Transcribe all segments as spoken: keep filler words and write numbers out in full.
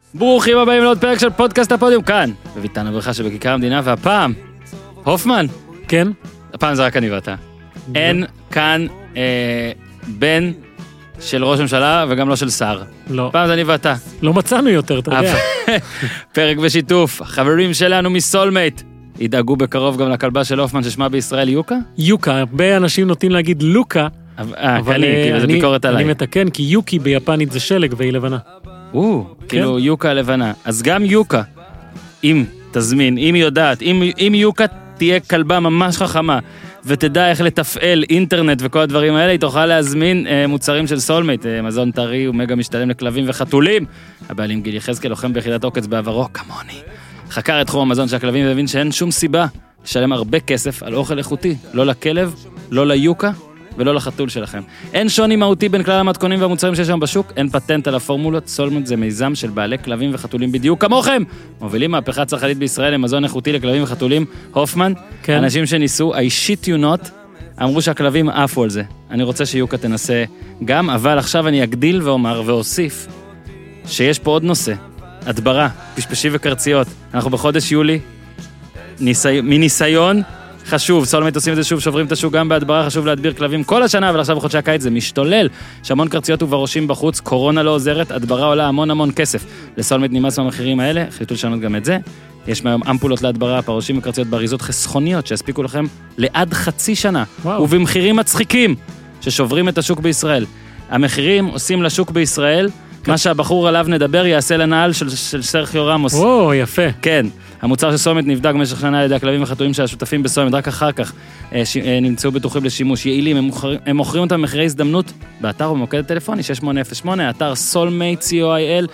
ברוכים הבאים לעוד פרק של פודקאסט הפודיום, כאן, בביתן הברכה שבכיכר המדינה, והפעם, הופמן. כן? הפעם זה רק אני ואתה. אין כאן אה, בן של ראש ממשלה וגם לא של שר. לא. הפעם זה אני ואתה. לא מצאנו יותר, אתה יודע. פרק בשיתוף, החברים שלנו מסולמייט. ידאגו בקרוב גם לכלבה של הופמן ששמה בישראל יוקה? יוקה, הרבה אנשים נוטים להגיד לוקה, אה, אבל קני, כאילו זה ביקורת עליי. אני מתקן, כי יוקי ביפנית זה שלג והיא לבנה. או, כאילו יוקה לבנה. אז גם יוקה, אם תזמין, אם היא יודעת, אם, אם יוקה תהיה כלבה ממש חכמה, ותדע איך לתפעל אינטרנט וכל הדברים האלה, היא תוכל להזמין אה, מוצרים של סולמייט, אה, מזון טרי ומגה משתלם לכלבים וחתולים. הבעלים גיל יחזקאל, לוחם ביחידת עוקץ בעברו, כמוני. חקר את תחום המזון של הכלבים והבין שאין שום סיבה לשלם הרבה כסף על אוכל איכותי, לא לכלב, לא ליוקה ולא לחתול שלכם. אין שוני מהותי בין כלל המתכונים והמוצרים שיש שם בשוק, אין פטנט על הפורמולות, סולמייט זה מיזם של בעלי כלבים וחתולים בדיוק כמוכם. מובילים מהפכה צרכנית בישראל למזון איכותי לכלבים וחתולים. הופמן, כן. אנשים שניסו, I shit you not, אמרו שהכלבים עפו על זה. אני רוצה שיוקה תנסה גם, אבל עכשיו אני אגדיל ואומר ואוסיף שיש פה עוד נושא. הדברה, פשפשים וקרציות. אנחנו בחודש יולי, ניסי... מניסיון חשוב, סולמייט עושים את זה שוב, שוברים את השוק גם בהדברה, חשוב להדביר כלבים כל השנה, אבל עכשיו בחודשי הקיץ זה משתולל. יש המון קרציות ובראשים בחוץ, קורונה לא עוזרת, הדברה עולה המון המון כסף. לסולמייט נמאס מהמחירים האלה, החליטו לשנות גם את זה. יש מהיום אמפולות להדברה, פרושים וקרציות באריזות חסכוניות, שהספיקו לכם לעד חצי שנה, וואו. ובמחירים מצחיקים, ששוברים את השוק בישראל. המחירים עושים לשוק בישראל, מה שהבחור עליו נדבר יעשה לנעל של, של סרחיו רמוס. או, יפה. כן. המוצר של סולמייט נבדק במשך שנה על ידי הכלבים וחתולים של השותפים בסולמייט, רק אחר כך ש... נמצאו בטוחים לשימוש יעילים, הם, מוכר... הם מוכרים אותם במחירי הזדמנות באתר ובמוקד הטלפוני שש שמונה אפס שמונה, אתר סולמייט, סי-או-איי-אל,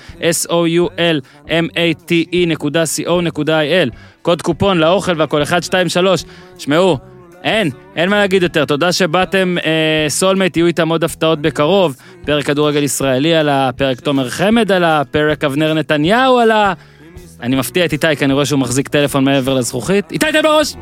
אס-או-יו-אל-אם-איי-טי-אי נקודה סי-או נקודה איי-אל, קוד קופון לאוכל והכל אחד שתיים שלוש, שמעו, אין, אין מה להגיד יותר, תודה שבאתם אה, סולמייט, יהיו איתם עוד הפתעות בקרוב, פרק כדורגל ישראלי על הפרק תומר חמד על הפרק אבנר נתניהו על ה... אני מפתיע את איתי, כי אני רואה שהוא מחזיק טלפון מעבר לזכוכית. איתי, תן בראש!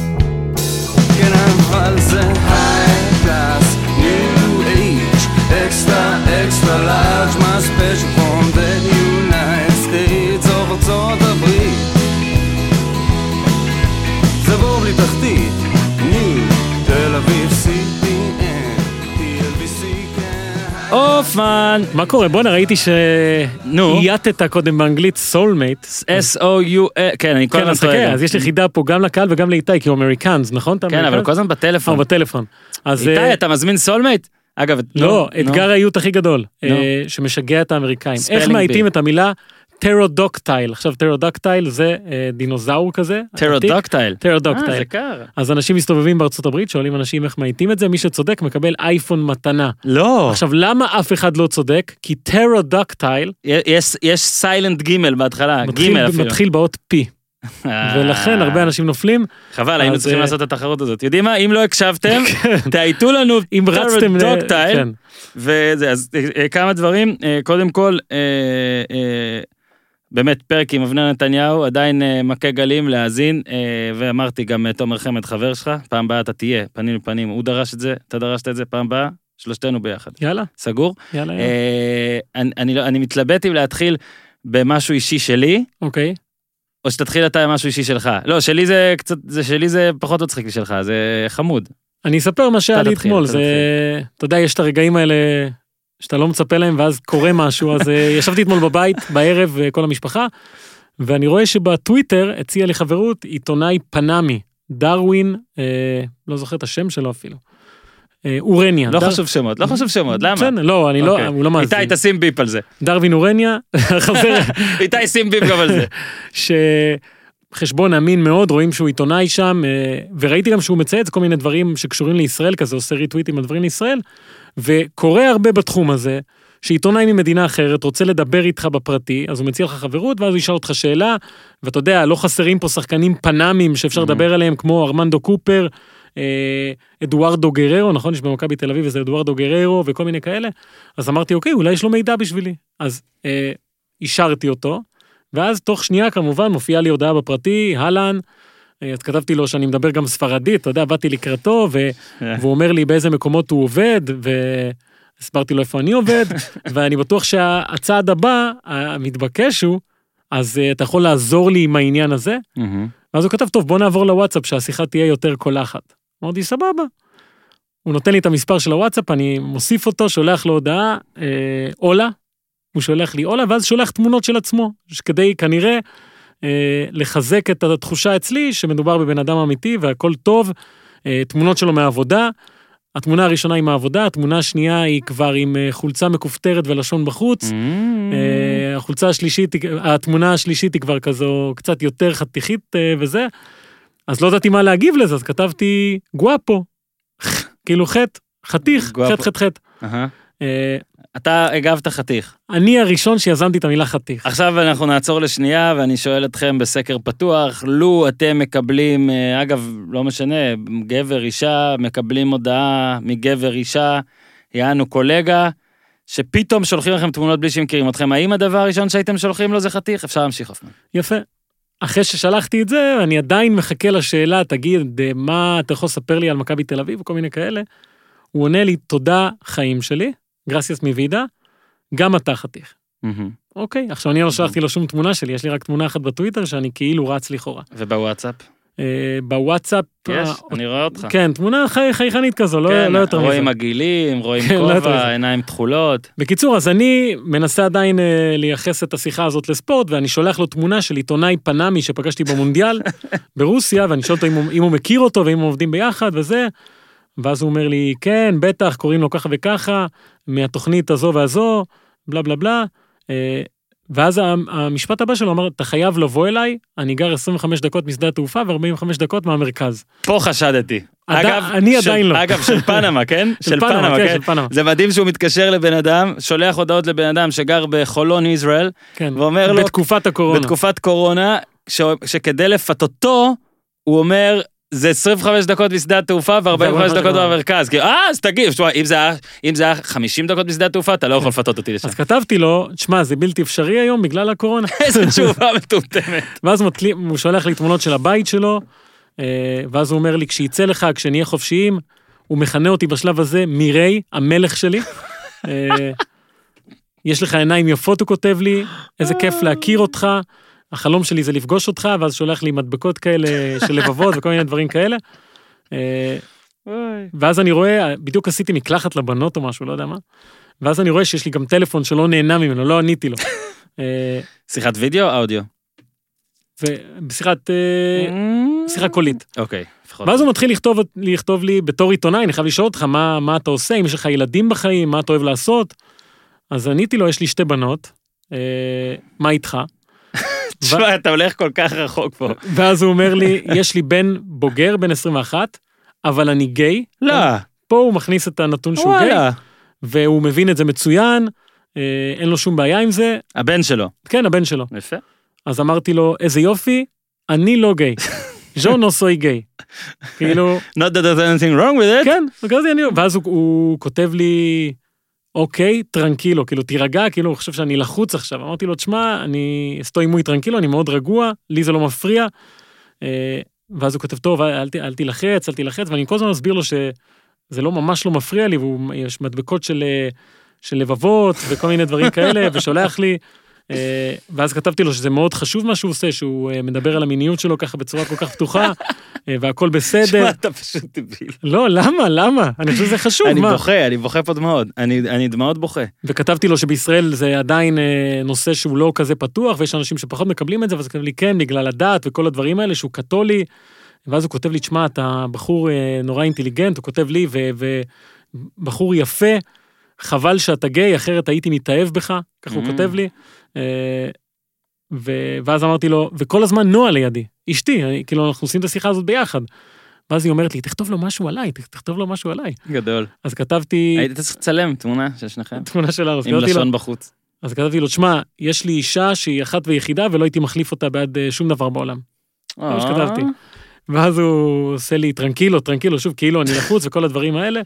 כן, אבל זה high class, new age, extra, extra large, my special from the United States of ארצות הברית. זה בור בלי תחתית, new, תל אביב, סי פי אן, טי אל בי סי, כן. אופמן! מה קורה? בוא נראיתי שאייתת קודם באנגלית סולמייט. אס-או-יו, כן, אני כל הזמן טועה. אז יש לי חידה פה גם לקהל וגם לאיתי, כי הוא אמריקאנס, נכון? כן, אבל כל הזמן בטלפון. או, בטלפון. איתי, אתה מזמין סולמייט? אגב, לא, אתגר האיות הכי גדול, שמשגע את האמריקאים. איך מאייתים את המילה טרודוקטייל? עכשיו, טרודוקטייל זה דינוזאור כזה. טרודוקטייל. טרודוקטייל. אה, זה קר. אז אנשים מסתובבים בארצות הברית, שואלים אנשים איך מאייתים את זה, מי שצודק מקבל אייפון מתנה. לא. עכשיו, למה אף אחד לא צודק? כי טרודוקטייל... יש, יש סיילנט גימל בהתחלה, גימל אפילו. מתחיל באות פי. ולכן הרבה אנשים נופלים. חבל, היינו צריכים לעשות את התחרות הזאת. יודעים מה? אם לא הקשבתם, תעייתו לנו טרודוקטייל. וזה, אז כמה דברים. קודם כל, באמת פרק עם אבנר נתניהו, עדיין מכה גלים להאזין, ואמרתי גם תומר חמד חבר שלך, פעם באה אתה תהיה, פנים לפנים, הוא דרש את זה, אתה דרשת את זה, פעם באה, שלושתנו ביחד. יאללה. סגור? יאללה, יאללה. אני, אני, אני מתלבט אם להתחיל במשהו אישי שלי, אוקיי. או שתתחיל אתה עם משהו אישי שלך. לא, שלי זה קצת, זה שלי זה פחות מצחיק שלך, זה חמוד. אני אספר מה שהיה לי אתמול, זה, אתה יודע, יש את הרגעים האלה שאתה לא מצפה להם, ואז קורה משהו, אז ישבתי אתמול בבית, בערב, כל המשפחה, ואני רואה שבטוויטר הציע לי חברות עיתונאי פנמי, דרווין, אה, לא זוכר את השם שלו אפילו, אה, אורניה. לא דר... חשוב שמות, לא חשוב שמות, למה? בסדר, לא, אני אוקיי. לא, הוא לא מאזין. איתי, תשים ביפ על זה. דרווין אורניה, חבר... איתי, שים ביפ גם על זה. ש... חשבון אמין מאוד, רואים שהוא עיתונאי שם, וראיתי גם שהוא מצייץ כל מיני דברים שקשורים לישראל, כזה עושה ריטוויטים על דברים לישראל, וקורה הרבה בתחום הזה, שעיתונאי ממדינה אחרת רוצה לדבר איתך בפרטי, אז הוא מציע לך חברות, ואז הוא ישאל אותך שאלה, ואתה יודע, לא חסרים פה שחקנים פנאמים שאפשר לדבר עליהם, כמו ארמנדו קופר, אדוארדו גררו, נכון? יש במכבי בתל אביב, וזה אדוארדו גררו, וכל מיני כאלה, אז אמרתי, אוקיי, אולי יש לו מידע בשבילי, אז אישרתי אותו, ואז תוך שנייה כמובן מופיעה לי הודעה בפרטי, הלן, אז כתבתי לו שאני מדבר גם ספרדית, אתה יודע, באתי לקראתו, ו... והוא אומר לי באיזה מקומות הוא עובד, הסברתי לו איפה אני עובד, ואני בטוח שהצעד הבא, המתבקש הוא, אז אתה יכול לעזור לי עם העניין הזה, ואז הוא כתב, טוב, בוא נעבור לוואטסאפ, שהשיחה תהיה יותר קולחת. אמרתי, סבבה. הוא נותן לי את המספר של הוואטסאפ, אני מוסיף אותו, שולח לו הודעה, אה, אולה, הוא שולח לי אולה, ואז שולח תמונות של עצמו, שכדי כנראה אה, לחזק את התחושה אצלי, שמדובר בבן אדם אמיתי, והכל טוב, אה, תמונות שלו מהעבודה, התמונה הראשונה היא מהעבודה, התמונה השנייה היא כבר עם אה, חולצה מכופתרת ולשון בחוץ, mm. אה, החולצה השלישית, התמונה השלישית היא כבר כזו, קצת יותר חתיכית אה, וזה, אז לא ידעתי מה להגיב לזה, אז כתבתי גואפו, כאילו חט, חתיך, חט חט חט. אתה הגבת חתיך. אני הראשון שיזמתי את המילה חתיך. עכשיו אנחנו נעצור לשנייה, ואני שואל אתכם בסקר פתוח, לו אתם מקבלים, אגב, לא משנה, גבר, אישה, מקבלים הודעה מגבר, אישה, יענו קולגה, שפתאום שולחים לכם תמונות בלי שמכירים אתכם, האם הדבר הראשון שהייתם שולחים לו זה חתיך? אפשר להמשיך אופן. יפה. אחרי ששלחתי את זה, אני עדיין מחכה לשאלה, תגיד, מה אתה יכול לספר לי על מכבי תל אביב וכל מיני כאלה, הוא עונה לי, תודה חיים שלי, גרסיאס מוידה, גם אתה חתיך. אוקיי, עכשיו אני לא שלחתי לו שום תמונה שלי, יש לי רק תמונה אחת בטוויטר שאני כאילו רץ לכאורה. ובוואטסאפ? בוואטסאפ... יש, אני רואה אותך. כן, תמונה חייכנית כזו, לא יותר מזה. רואים עגילים, רואים כובע, עיניים תכולות. בקיצור, אז אני מנסה עדיין לייחס את השיחה הזאת לספורט, ואני שולח לו תמונה של עיתונאי פנמי שפגשתי במונדיאל ברוסיה, ואני שואל אותו אם הוא מכיר אותו, ואם הם עובדים ביחד וזה, ואז הוא אומר לי, כן, בטח, קוראים לו ככה וככה, מהתוכנית הזו והזו, בלה בלה בלה, ואז המשפט הבא שלו אמר, אתה חייב לבוא אליי, אני גר עשרים וחמש דקות משדה התעופה ו-ארבעים וחמש דקות מהמרכז. פה חשדתי. אגב, אני עדיין לא. אגב, של פנמה, כן? של פנמה, כן, של פנמה. זה מדהים שהוא מתקשר לבן אדם, שולח הודעות לבן אדם שגר בחולון, ישראל, ואומר לו, בתקופת הקורונה. בתקופת קורונה, שכדי לפתותו, הוא אומר, זה עשרים וחמש דקות בשדה התעופה ו-ארבעים וחמש דקות במרכז. אה, אז תגיב, אם זה היה חמישים דקות בשדה התעופה, אתה לא יכול לפתות אותי לשם. אז כתבתי לו, תשמע, זה בלתי אפשרי היום בגלל הקורונה. איזה תשובה מטומטמת. ואז הוא שולח לי תמונות של הבית שלו, ואז הוא אומר לי, כשיצא לך, כשנהיה חופשיים, הוא מכנה אותי בשלב הזה, מירי, המלך שלי. יש לך עיניים יפות, הוא כותב לי, איזה כיף להכיר אותך. החלום שלי זה לפגוש אותך, ואז שולח לי מדבקות כאלה של לבבות וכל מיני דברים כאלה. ואז אני רואה, בדיוק עשיתי מקלחת לבנות או משהו, לא יודע מה. ואז אני רואה שיש לי גם טלפון שלא נהנה ממנו, לא עניתי לו. שיחת וידאו או אודיו? בשיחת, שיחה קולית. אוקיי. ואז הוא מתחיל לכתוב, לכתוב לי בתור עיתונאי, אני חייב לשאול אותך מה, מה אתה עושה, אם יש לך ילדים בחיים, מה אתה אוהב לעשות. אז עניתי לו, יש לי שתי בנות, מה איתך? תשמע, אתה הולך כל כך רחוק פה. ואז הוא אומר לי, יש לי בן בוגר, בן עשרים ואחת, אבל אני גיי. לא. פה הוא מכניס את הנתון שהוא גיי, והוא מבין את זה מצוין, אין לו שום בעיה עם זה. הבן שלו. כן, הבן שלו. יפה. אז אמרתי לו, איזה יופי, אני לא גיי. ז'ו נו סוי גיי. כאילו... Not that there's anything wrong with it. כן, ואז הוא כותב לי... אוקיי, טרנקילו, כאילו, תירגע, כאילו, הוא חושב שאני לחוץ עכשיו. אמרתי לו, תשמע, אני אסתוי מוי טרנקילו, אני מאוד רגוע, לי זה לא מפריע. ואז הוא כותב, טוב, אל, אל תלחץ, אל תלחץ, ואני כל הזמן אסביר לו שזה לא ממש לא מפריע לי, ויש מדבקות של, של לבבות, וכל מיני דברים כאלה, ושולח לי. ואז כתבתי לו שזה מאוד חשוב מה שהוא עושה, שהוא מדבר על המיניות שלו ככה בצורה כל כך פתוחה, והכל בסדר. שמה, אתה פשוט דביל. לא, למה, למה? אני חושב שזה חשוב, אני מה? אני בוכה, אני בוכה פה דמעות, אני, אני דמעות בוכה. וכתבתי לו שבישראל זה עדיין נושא שהוא לא כזה פתוח, ויש אנשים שפחות מקבלים את זה, ואז כתב לי כן, בגלל הדת וכל הדברים האלה, שהוא קתולי, ואז הוא כותב לי, תשמע, אתה בחור נורא אינטליגנט, הוא כותב לי, ובחור יפה, חבל שאתה גיי, אחרת הייתי מתאהב בך, ככה הוא כותב לי, ואז אמרתי לו, וכל הזמן נועה לידי, אשתי, כאילו אנחנו עושים את השיחה הזאת ביחד, ואז היא אומרת לי, תכתוב לו משהו עליי, תכתוב לו משהו עליי. גדול. אז כתבתי... היית צריך לצלם תמונה של שניכם. תמונה שלנו. עם לשון בחוץ. אז כתבתי לו, תשמע, יש לי אישה שהיא אחת ויחידה, ולא הייתי מחליף אותה בעד שום דבר בעולם. זה מה שכתבתי. ואז הוא עושה לי, טרנקילו, טרנקילו, שוב, כאילו אני לחוץ וכל הדברים האלה.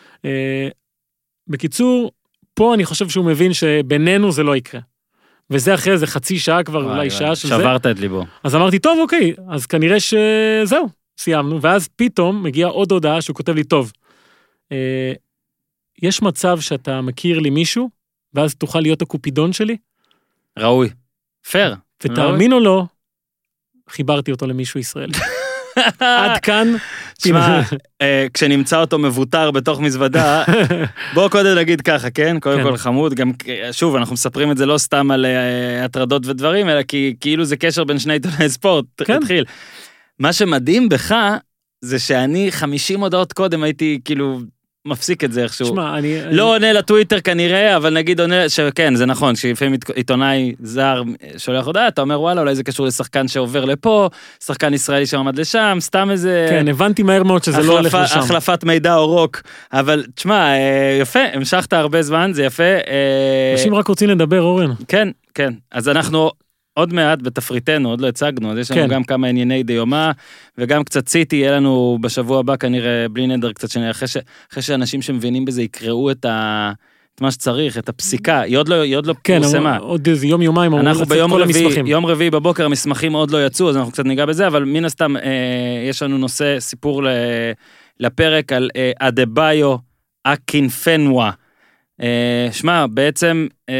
בקיצור, פה אני חושב שהוא מבין שבינינו זה לא יקרה. וזה אחרי זה חצי שעה כבר, אולי שעה של זה. שברת את ליבו. אז אמרתי, טוב, אוקיי, אז כנראה שזהו, סיימנו. ואז פתאום מגיעה עוד הודעה שהוא כותב לי, טוב, יש מצב שאתה מכיר לי מישהו, ואז תוכל להיות הקופידון שלי? ראוי. פייר. ותאמין או לא, חיברתי אותו למישהו ישראלי. עד כאן. תשמע, כשנמצא אותו מבוטר בתוך מזוודה, בואו קודם נגיד ככה, כן? קודם כל חמוד, גם, שוב, אנחנו מספרים את זה לא סתם על הטרדות ודברים, אלא כי כאילו זה קשר בין שני עיתונאי ספורט, תתחיל. מה שמדהים בך, זה שאני חמישים הודעות קודם הייתי כאילו מפסיק את זה איכשהו. שמה, אני... לא עונה לטוויטר כנראה, אבל נגיד עונה, שכן, זה נכון, שלפעמים עיתונאי זר שולח הודעה, אתה אומר, וואלה, אולי זה קשור לשחקן שעובר לפה, שחקן ישראלי שעמד לשם, סתם איזה... כן, הבנתי מהר מאוד שזה לא הולך לשם. החלפת מידע או רוק, אבל תשמע, יפה, המשכת הרבה זמן, זה יפה. אנשים רק רוצים לדבר, אורן. כן, כן, אז אנחנו... עוד מעט בתפריטנו, עוד לא הצגנו, אז יש לנו כן. גם כמה ענייני דיומה, וגם קצת ציטי, יהיה לנו בשבוע הבא כנראה בלי נדר קצת שני, אחרי, ש... אחרי שאנשים שמבינים בזה יקראו את, ה... את מה שצריך, את הפסיקה, היא עוד לא, היא עוד לא כן, פורסמה. עוד איזה יום יומיים, אנחנו ביום רביעי, יום רביעי בבוקר המסמכים עוד לא יצאו, אז אנחנו קצת ניגע בזה, אבל מן הסתם אה, יש לנו נושא, סיפור ל... לפרק על אה, אדבאיו אקינפנווה. אה, שמה, בעצם... אה,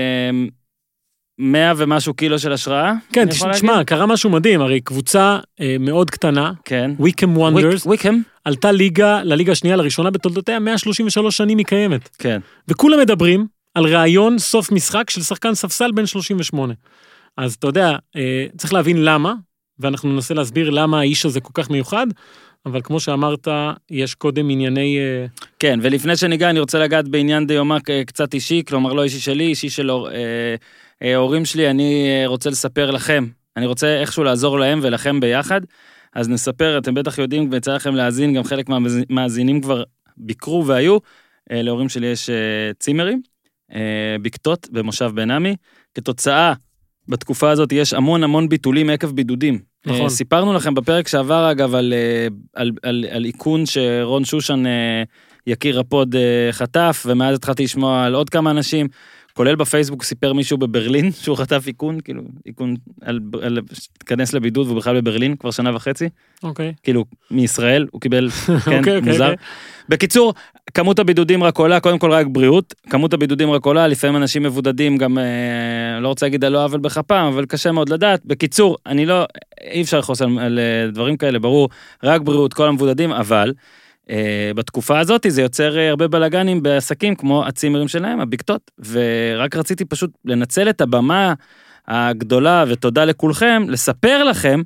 מאה ומשהו קילו של השראה. כן, תשמע, קרה משהו מדהים, הרי קבוצה אה, מאוד קטנה, כן. ויקם וונדרס, ויקם, עלתה ליגה, לליגה השנייה, לראשונה בתולדותיה, מאה שלושים ושלוש שנים היא קיימת. כן. וכולם מדברים על רעיון סוף משחק של שחקן ספסל בין שלושים ושמונה. אז אתה יודע, אה, צריך להבין למה, ואנחנו ננסה להסביר למה האיש הזה כל כך מיוחד, אבל כמו שאמרת, יש קודם ענייני... אה... כן, ולפני שניגע, אני רוצה לגעת בעניין דיומה קצת אישי, כלומר לא אישי שלי, אישי שלו... אה... הורים שלי, אני רוצה לספר לכם, אני רוצה איכשהו לעזור להם ולכם ביחד, אז נספר, אתם בטח יודעים, ויצא לכם להאזין, גם חלק מהמאזינים כבר ביקרו והיו, להורים שלי יש צימרים, בקתות במושב בן עמי, כתוצאה בתקופה הזאת יש המון המון ביטולים עקב בידודים. נכון. סיפרנו לכם בפרק שעבר אגב על, על, על, על עיקון שרון שושן יקיר הפוד חטף, ומאז התחלתי לשמוע על עוד כמה אנשים, כולל בפייסבוק סיפר מישהו בברלין, שהוא חטף עיקון, כאילו, עיקון על, על, תכנס לבידוד, והוא בכלל בברלין, כבר שנה וחצי. אוקיי. Okay. כאילו, מישראל, הוא קיבל, כן, okay, okay, מוזר. Okay. בקיצור, כמות הבידודים רק עולה, קודם כל רק בריאות, כמות הבידודים רק עולה, לפעמים אנשים מבודדים, גם, אה, לא רוצה להגיד על לא עוול בחפם, אבל קשה מאוד לדעת. בקיצור, אני לא, אי אפשר לחוס על, על דברים כאלה, ברור, רק בריאות, כל המבודדים, אבל... Uh, בתקופה הזאת זה יוצר uh, הרבה בלגנים בעסקים כמו הצימרים שלהם, הבקתות, ורק רציתי פשוט לנצל את הבמה הגדולה, ותודה לכולכם, לספר לכם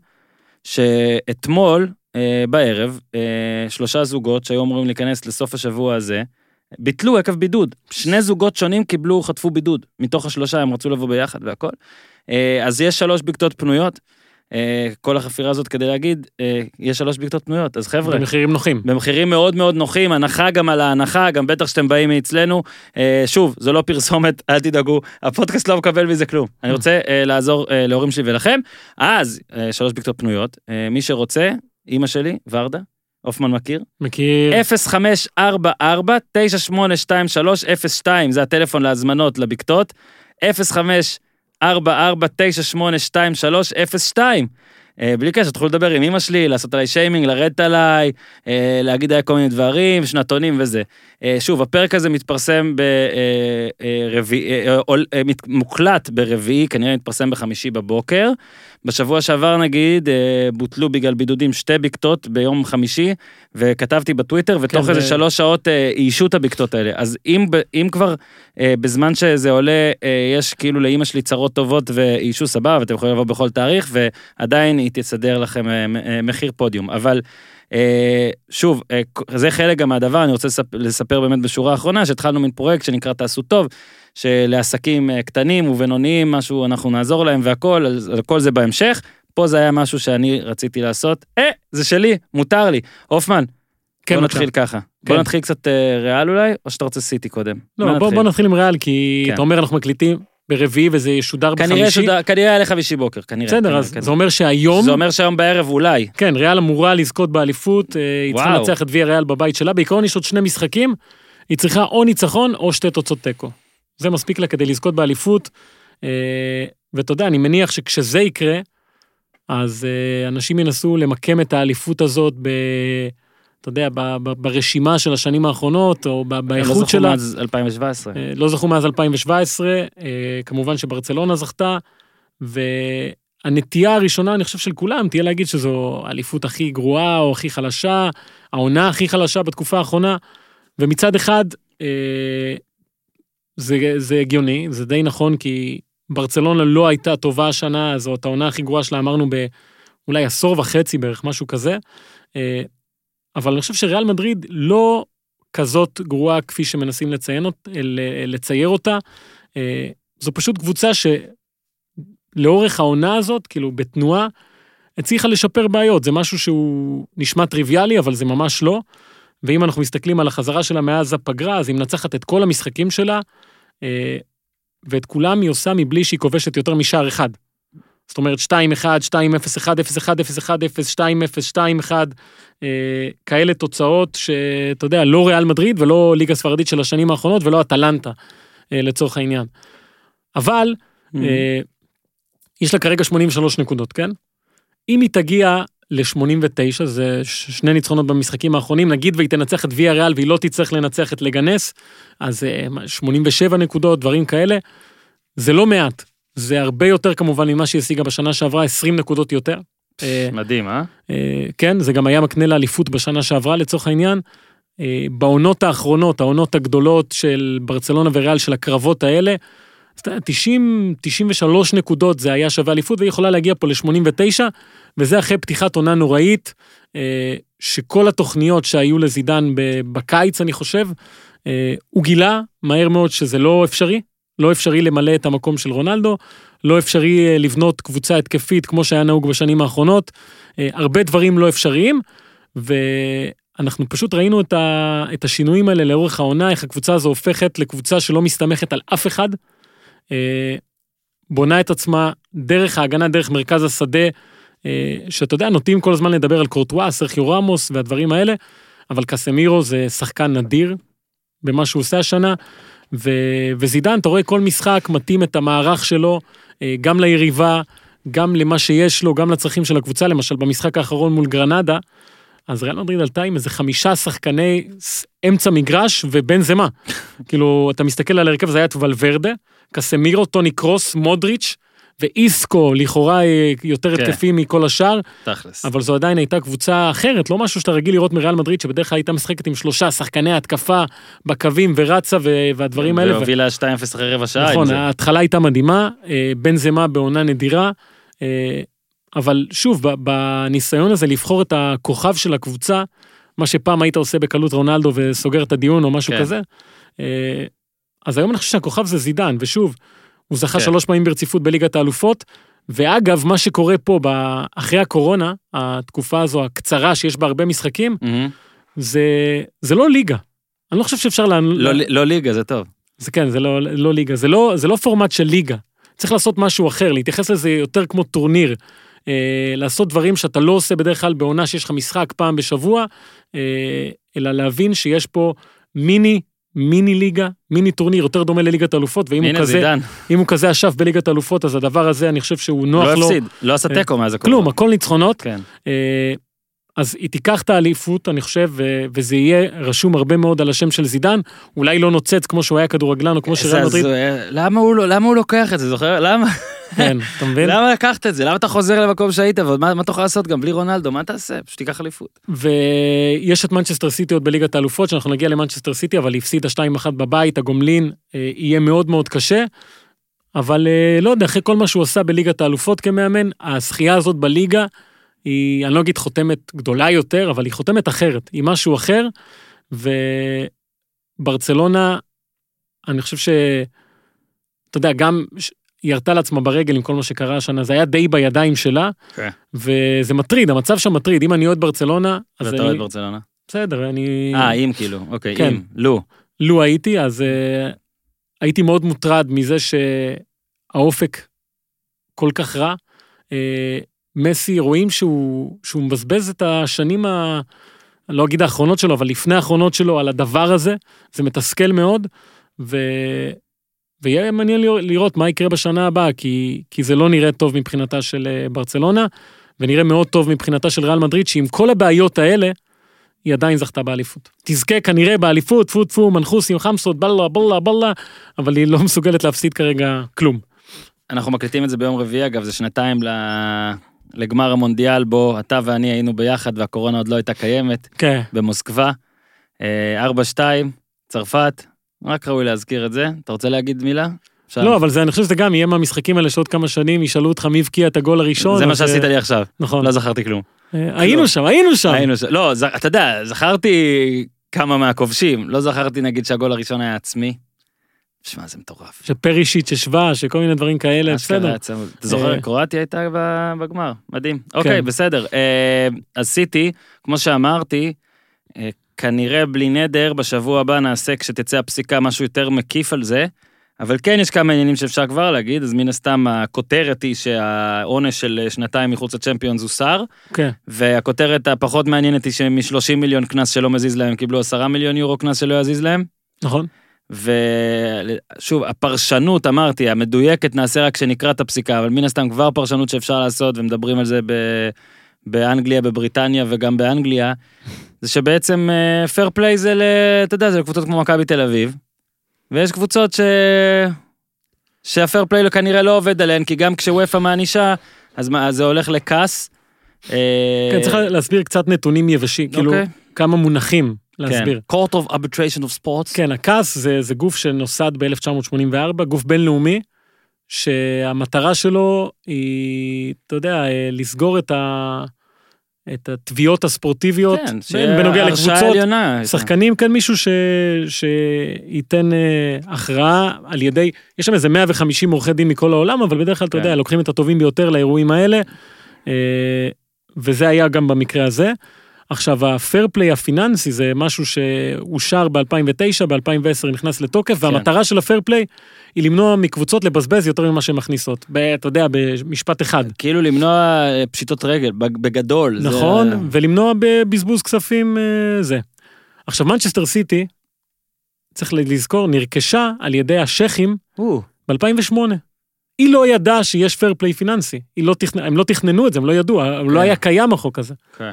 שאתמול uh, בערב, uh, שלושה זוגות שהיו אמורים להיכנס לסוף השבוע הזה, ביטלו עקב בידוד. שני זוגות שונים קיבלו, חטפו בידוד. מתוך השלושה הם רצו לבוא ביחד והכל. Uh, אז יש שלוש בקתות פנויות, כל החפירה הזאת כדי להגיד, יש שלוש בקתות פנויות, אז חבר'ה. במחירים נוחים. במחירים מאוד מאוד נוחים, הנחה גם על ההנחה, גם בטח שאתם באים מאצלנו. שוב, זו לא פרסומת, אל תדאגו, הפודקאסט לא מקבל מזה כלום. אני רוצה לעזור להורים שלי ולכם. אז, שלוש בקתות פנויות, מי שרוצה, אמא שלי, ורדה, אופמן מכיר? מכיר. אפס חמש ארבע ארבע תשע שמונה שתיים שלוש אפס שתיים, זה הטלפון להזמנות לבקתות. אפס חמש ארבע ארבע תשע שמונה שתיים שלוש אפס שתיים. בלי קשר, תוכלו לדבר עם אמא שלי, לעשות עליי שיימינג, לרדת עליי, להגיד עליי כל מיני דברים, שנתונים וזה. שוב, הפרק הזה מתפרסם ברביעי, מוקלט ברביעי, כנראה מתפרסם בחמישי בבוקר. בשבוע שעבר נגיד, בוטלו בגלל בידודים שתי בקתות ביום חמישי, וכתבתי בטוויטר, ותוך כן, איזה ו... שלוש שעות אישו את הבקתות האלה. אז אם, אם כבר בזמן שזה עולה, יש כאילו לאמא שלי צרות טובות ואישו סבבה, ואתם יכולים לבוא בכל תאריך, ועדיין היא תסדר לכם מחיר פודיום. אבל שוב, זה חלק גם מהדבר, אני רוצה לספר, לספר באמת בשורה האחרונה, שהתחלנו מן פרויקט שנקרא תעשו טוב, שלעסקים קטנים ובינוניים, משהו אנחנו נעזור להם והכל, הכל זה בהמשך, פה זה היה משהו שאני רציתי לעשות, אה, זה שלי, מותר לי, אופמן, כן, בוא נתחיל ככה, כן. בוא נתחיל קצת ריאל אולי, או שאתה רוצה סיטי קודם? לא, בוא, בוא נתחיל עם ריאל, כי כן. אתה אומר אנחנו מקליטים ברביעי וזה ישודר כנראה בחמישי. שודר, כנראה היה לחמישי בוקר, כנראה. בסדר, כנראה, אז כנראה. זה אומר שהיום... זה אומר שהיום בערב אולי. כן, ריאל אמורה לזכות באליפות, היא צריכה לנצח את ויה ריאל בבית שלה, בעיקרון יש עוד שני משחקים, היא צריכה או ניצחון או שתי תוצאות תיקו. זה מספיק לה כדי לזכות באליפות, ואתה יודע, אני מניח שכשזה יקרה, אז אנשים ינסו למקם את האליפות הזאת אתה יודע, ב, ב, ברשימה של השנים האחרונות, או ב, באיכות שלה. לא זכו מאז אלפיים שבע עשרה. לא זכו מאז אלפיים שבע עשרה, כמובן שברצלונה זכתה, והנטייה הראשונה, אני חושב של כולם, תהיה להגיד שזו האליפות הכי גרועה, או הכי חלשה, העונה הכי חלשה בתקופה האחרונה, ומצד אחד, זה, זה הגיוני, זה די נכון, כי ברצלונה לא הייתה טובה השנה, זאת העונה הכי גרועה שלה, אמרנו באולי עשור וחצי בערך, משהו כזה, אבל אני חושב שריאל מדריד לא כזאת גרועה כפי שמנסים לציין, לצייר אותה, זו פשוט קבוצה שלאורך העונה הזאת, כאילו בתנועה, הצליחה לשפר בעיות, זה משהו שהוא נשמע טריוויאלי, אבל זה ממש לא, ואם אנחנו מסתכלים על החזרה שלה מאז הפגרה, אז היא מנצחת את כל המשחקים שלה, ואת כולם היא עושה מבלי שהיא כובשת יותר משער אחד. זאת אומרת, שתיים אחת, שתיים אפס, אחת אפס, אחת אפס, אחת אפס, שתיים אפס, שתיים אחת, כאלה תוצאות שאתה יודע, לא ריאל מדריד ולא ליגה ספרדית של השנים האחרונות, ולא אטלנטה, לצורך העניין. אבל, יש לה כרגע שמונים ושלוש נקודות, כן? אם היא תגיע ל-שמונים ותשע, זה שני ניצחונות במשחקים האחרונים, נגיד והיא תנצח את ויה ריאל, והיא לא תצטרך לנצח את לגנס, אז שמונים ושבע נקודות, דברים כאלה, זה לא מעט. זה הרבה יותר כמובן ממה שהיא השיגה בשנה שעברה, עשרים נקודות יותר. מדהים, אה? כן, זה גם היה מקנה לאליפות בשנה שעברה, לצורך העניין. בעונות האחרונות, העונות הגדולות של ברצלונה וריאל, של הקרבות האלה, תשעים, תשעים ושלוש נקודות זה היה שווה אליפות, והיא יכולה להגיע פה ל-שמונים ותשע, וזה אחרי פתיחת עונה נוראית, שכל התוכניות שהיו לזידן בקיץ, אני חושב, הוא גילה מהר מאוד שזה לא אפשרי, לא אפשרי למלא את המקום של רונלדו, לא אפשרי לבנות קבוצה התקפית כמו שהיה נהוג בשנים האחרונות, הרבה דברים לא אפשריים, ואנחנו פשוט ראינו את, ה, את השינויים האלה לאורך העונה, איך הקבוצה הזו הופכת לקבוצה שלא מסתמכת על אף אחד, בונה את עצמה דרך ההגנה, דרך מרכז השדה, שאתה יודע, נוטים כל הזמן לדבר על קורטואה, סרחיו רמוס והדברים האלה, אבל קסמירו זה שחקן נדיר, במה שהוא עושה השנה, ו... וזידן, אתה רואה כל משחק מתאים את המערך שלו, גם ליריבה, גם למה שיש לו, גם לצרכים של הקבוצה, למשל במשחק האחרון מול גרנדה, אז ריאל מדריד עלתה עם איזה חמישה שחקני אמצע מגרש ובן זמה. כאילו, אתה מסתכל על הרכב, זה היה את ולוורדה, קסמירו, טוני קרוס, מודריץ' ואיסקו, לכאורה יותר התקפים מכל השאר, תכלס. אבל זו עדיין הייתה קבוצה אחרת, לא משהו שאתה רגיל לראות מריאל מדריד, שבדרך כלל הייתה משחקת עם שלושה שחקני התקפה בקווים ורצה והדברים האלה. והובילה שתיים אפס אחרי רבע שעה. נכון, ההתחלה הייתה מדהימה, בן זמה בעונה נדירה, אבל שוב, בניסיון הזה לבחור את הכוכב של הקבוצה, מה שפעם היית עושה בקלות רונלדו וסוגר את הדיון או משהו כזה, אז היום אני חושב שהכוכב זה זידן, ושוב, הוא זכה שלוש פעמים ברציפות בליגת האלופות, ואגב, מה שקורה פה, אחרי הקורונה, התקופה הזו הקצרה שיש בה הרבה משחקים, זה, זה לא ליגה. אני לא חושב שאפשר... לא, לא ליגה, זה טוב. זה כן, זה לא, לא ליגה. זה לא, זה לא פורמט של ליגה. צריך לעשות משהו אחר, להתייחס לזה יותר כמו טורניר, לעשות דברים שאתה לא עושה בדרך כלל בעונה שיש לך משחק פעם בשבוע, אלא להבין שיש פה מיני, מיני ליגה, מיני טורניר, יותר דומה לליגת האלופות, ואם הוא כזה, אם הוא כזה אשף בליגת האלופות, אז הדבר הזה, אני חושב שהוא נוח לו. לא הפסיד, לא עשה תיקו מאז הקורונה. כלום, הכל ניצחונות. כן. אז היא תיקח את האליפות, אני חושב, וזה יהיה רשום הרבה מאוד על השם של זידן, אולי לא נוצץ כמו שהוא היה כדורגלן, או כמו שריאל מדריד. למה הוא לא, למה הוא לוקח את זה, זוכר? למה? כן, אתה מבין? למה לקחת את זה? למה אתה חוזר למקום שהיית, ומה תוכל לעשות גם בלי רונלדו? מה תעשה? פשוט תיקח אליפות. ויש את מנצ'סטר סיטי עוד בליגת האלופות, שאנחנו נגיע למנצ'סטר סיטי, אבל הפסידה שתיים אחת בבית, הגומלין יהיה מאוד מאוד קשה, אבל לא יודע, אחרי כל מה שהוא עושה בליגת האלופות כמאמן, הזכייה הזאת בליגה, היא, אני לא אגיד חותמת גדולה יותר, אבל היא חותמת אחרת, היא משהו אחר, וברצלונה, אני חושב ש, אתה יודע, גם היא ירתה לעצמה ברגל עם כל מה שקרה השנה, זה היה די בידיים שלה, okay. וזה מטריד, המצב שם מטריד, אם אני אוהד ברצלונה, אז אתה אוהד ברצלונה? בסדר, אני... אה, אם כאילו, אוקיי, כן. אם, לו. לו הייתי, אז uh, הייתי מאוד מוטרד מזה שהאופק כל כך רע, uh, מסי, רואים שהוא, שהוא מבזבז את השנים, ה, לא אגיד האחרונות שלו, אבל לפני האחרונות שלו, על הדבר הזה, זה מתסכל מאוד, ו, ויהיה מעניין לראות מה יקרה בשנה הבאה, כי, כי זה לא נראה טוב מבחינתה של ברצלונה, ונראה מאוד טוב מבחינתה של ריאל מדריד, שעם כל הבעיות האלה, היא עדיין זכתה באליפות. תזכה כנראה באליפות, טפו טפו, מנחוסים, חמסות, בלה, בלה, בלה, אבל היא לא מסוגלת להפסיד כרגע כלום. אנחנו מקליטים את זה ביום רביעי, אגב, זה שנתיים לגמר המונדיאל, בו אתה ואני היינו ביחד, והקורונה עוד לא הייתה קיימת, כן. במוסקבה, ארבע שתיים, צרפת, רק ראוי להזכיר את זה. אתה רוצה להגיד מילה? לא, אבל זה, אני חושב שזה גם יהיה מהמשחקים האלה שעוד כמה שנים, ישאלו אותך מי הבקיע את הגול הראשון. זה מה שעשית לי עכשיו. נכון. לא זכרתי כלום. היינו שם, היינו שם. היינו שם. לא, אתה יודע, זכרתי כמה מהכובשים, לא זכרתי נגיד שהגול הראשון היה עצמי. שמע, זה מטורף. שפרישיץ' ששווה, שכל מיני דברים כאלה, בסדר. אתה זוכר, קרואטיה הייתה בגמר, מדהים. אוקיי, בסדר. אז סיטי, כמו שאמרתי, כנראה בלי נדר, בשבוע הבא נעשה כשתצא הפסיקה משהו יותר מקיף על זה, אבל כן יש כמה עניינים שאפשר כבר להגיד, אז מן הסתם הכותרת היא שהעונש של שנתיים מחוץ לצ'מפיונס הוא שר, כן. והכותרת הפחות מעניינת היא שמ-שלושים מיליון כנס שלא מזיז להם, קיבלו עשרה מיליון יורו כנס שלא יזיז להם. נכון. ושוב, הפרשנות, אמרתי, המדויקת נעשה רק כשנקרא את הפסיקה, אבל מן הסתם כבר פרשנות שאפשר לעשות, ומדברים על זה ב... באנגליה, בבריטניה וגם באנגליה, זה שבעצם פייר פליי זה, אתה יודע, זה לקבוצות כמו מכבי תל אביב, ויש קבוצות ש... שהפייר פליי כנראה לא עובד עליהן, כי גם כשוופא מענישה, אז מה, זה הולך לקאס. כן, צריך להסביר קצת נתונים יבשים, כאילו כמה מונחים להסביר. כן, Court of Arbitration of Sports. כן, הקאס זה, זה גוף שנוסד ב-אלף תשע מאות שמונים וארבע, גוף בינלאומי, שהמטרה שלו היא, אתה יודע, לסגור את ה... את התביעות הספורטיביות, כן, בנוגע לקבוצות, עליונה, שחקנים, כן מישהו ש... שייתן הכרעה על ידי, יש שם איזה מאה וחמישים עורכי דין מכל העולם, אבל בדרך כלל, כן. אתה יודע, לוקחים את הטובים ביותר לאירועים האלה, וזה היה גם במקרה הזה. עכשיו, הפייר פליי הפיננסי זה משהו שאושר ב-אלפיים ותשע, ב-אלפיים ועשר נכנס לתוקף, והמטרה של הפייר פליי היא למנוע מקבוצות לבזבז יותר ממה שהן מכניסות. אתה יודע, במשפט אחד. כאילו למנוע פשיטות רגל, בגדול. נכון, ולמנוע בבזבוז כספים זה. עכשיו, מנצ'סטר סיטי, צריך לזכור, נרכשה על ידי השכים ב-אלפיים ושמונה. היא לא ידעה שיש פייר פליי פיננסי. הם לא תכננו את זה, הם לא ידעו, לא היה קיים החוק הזה. כן.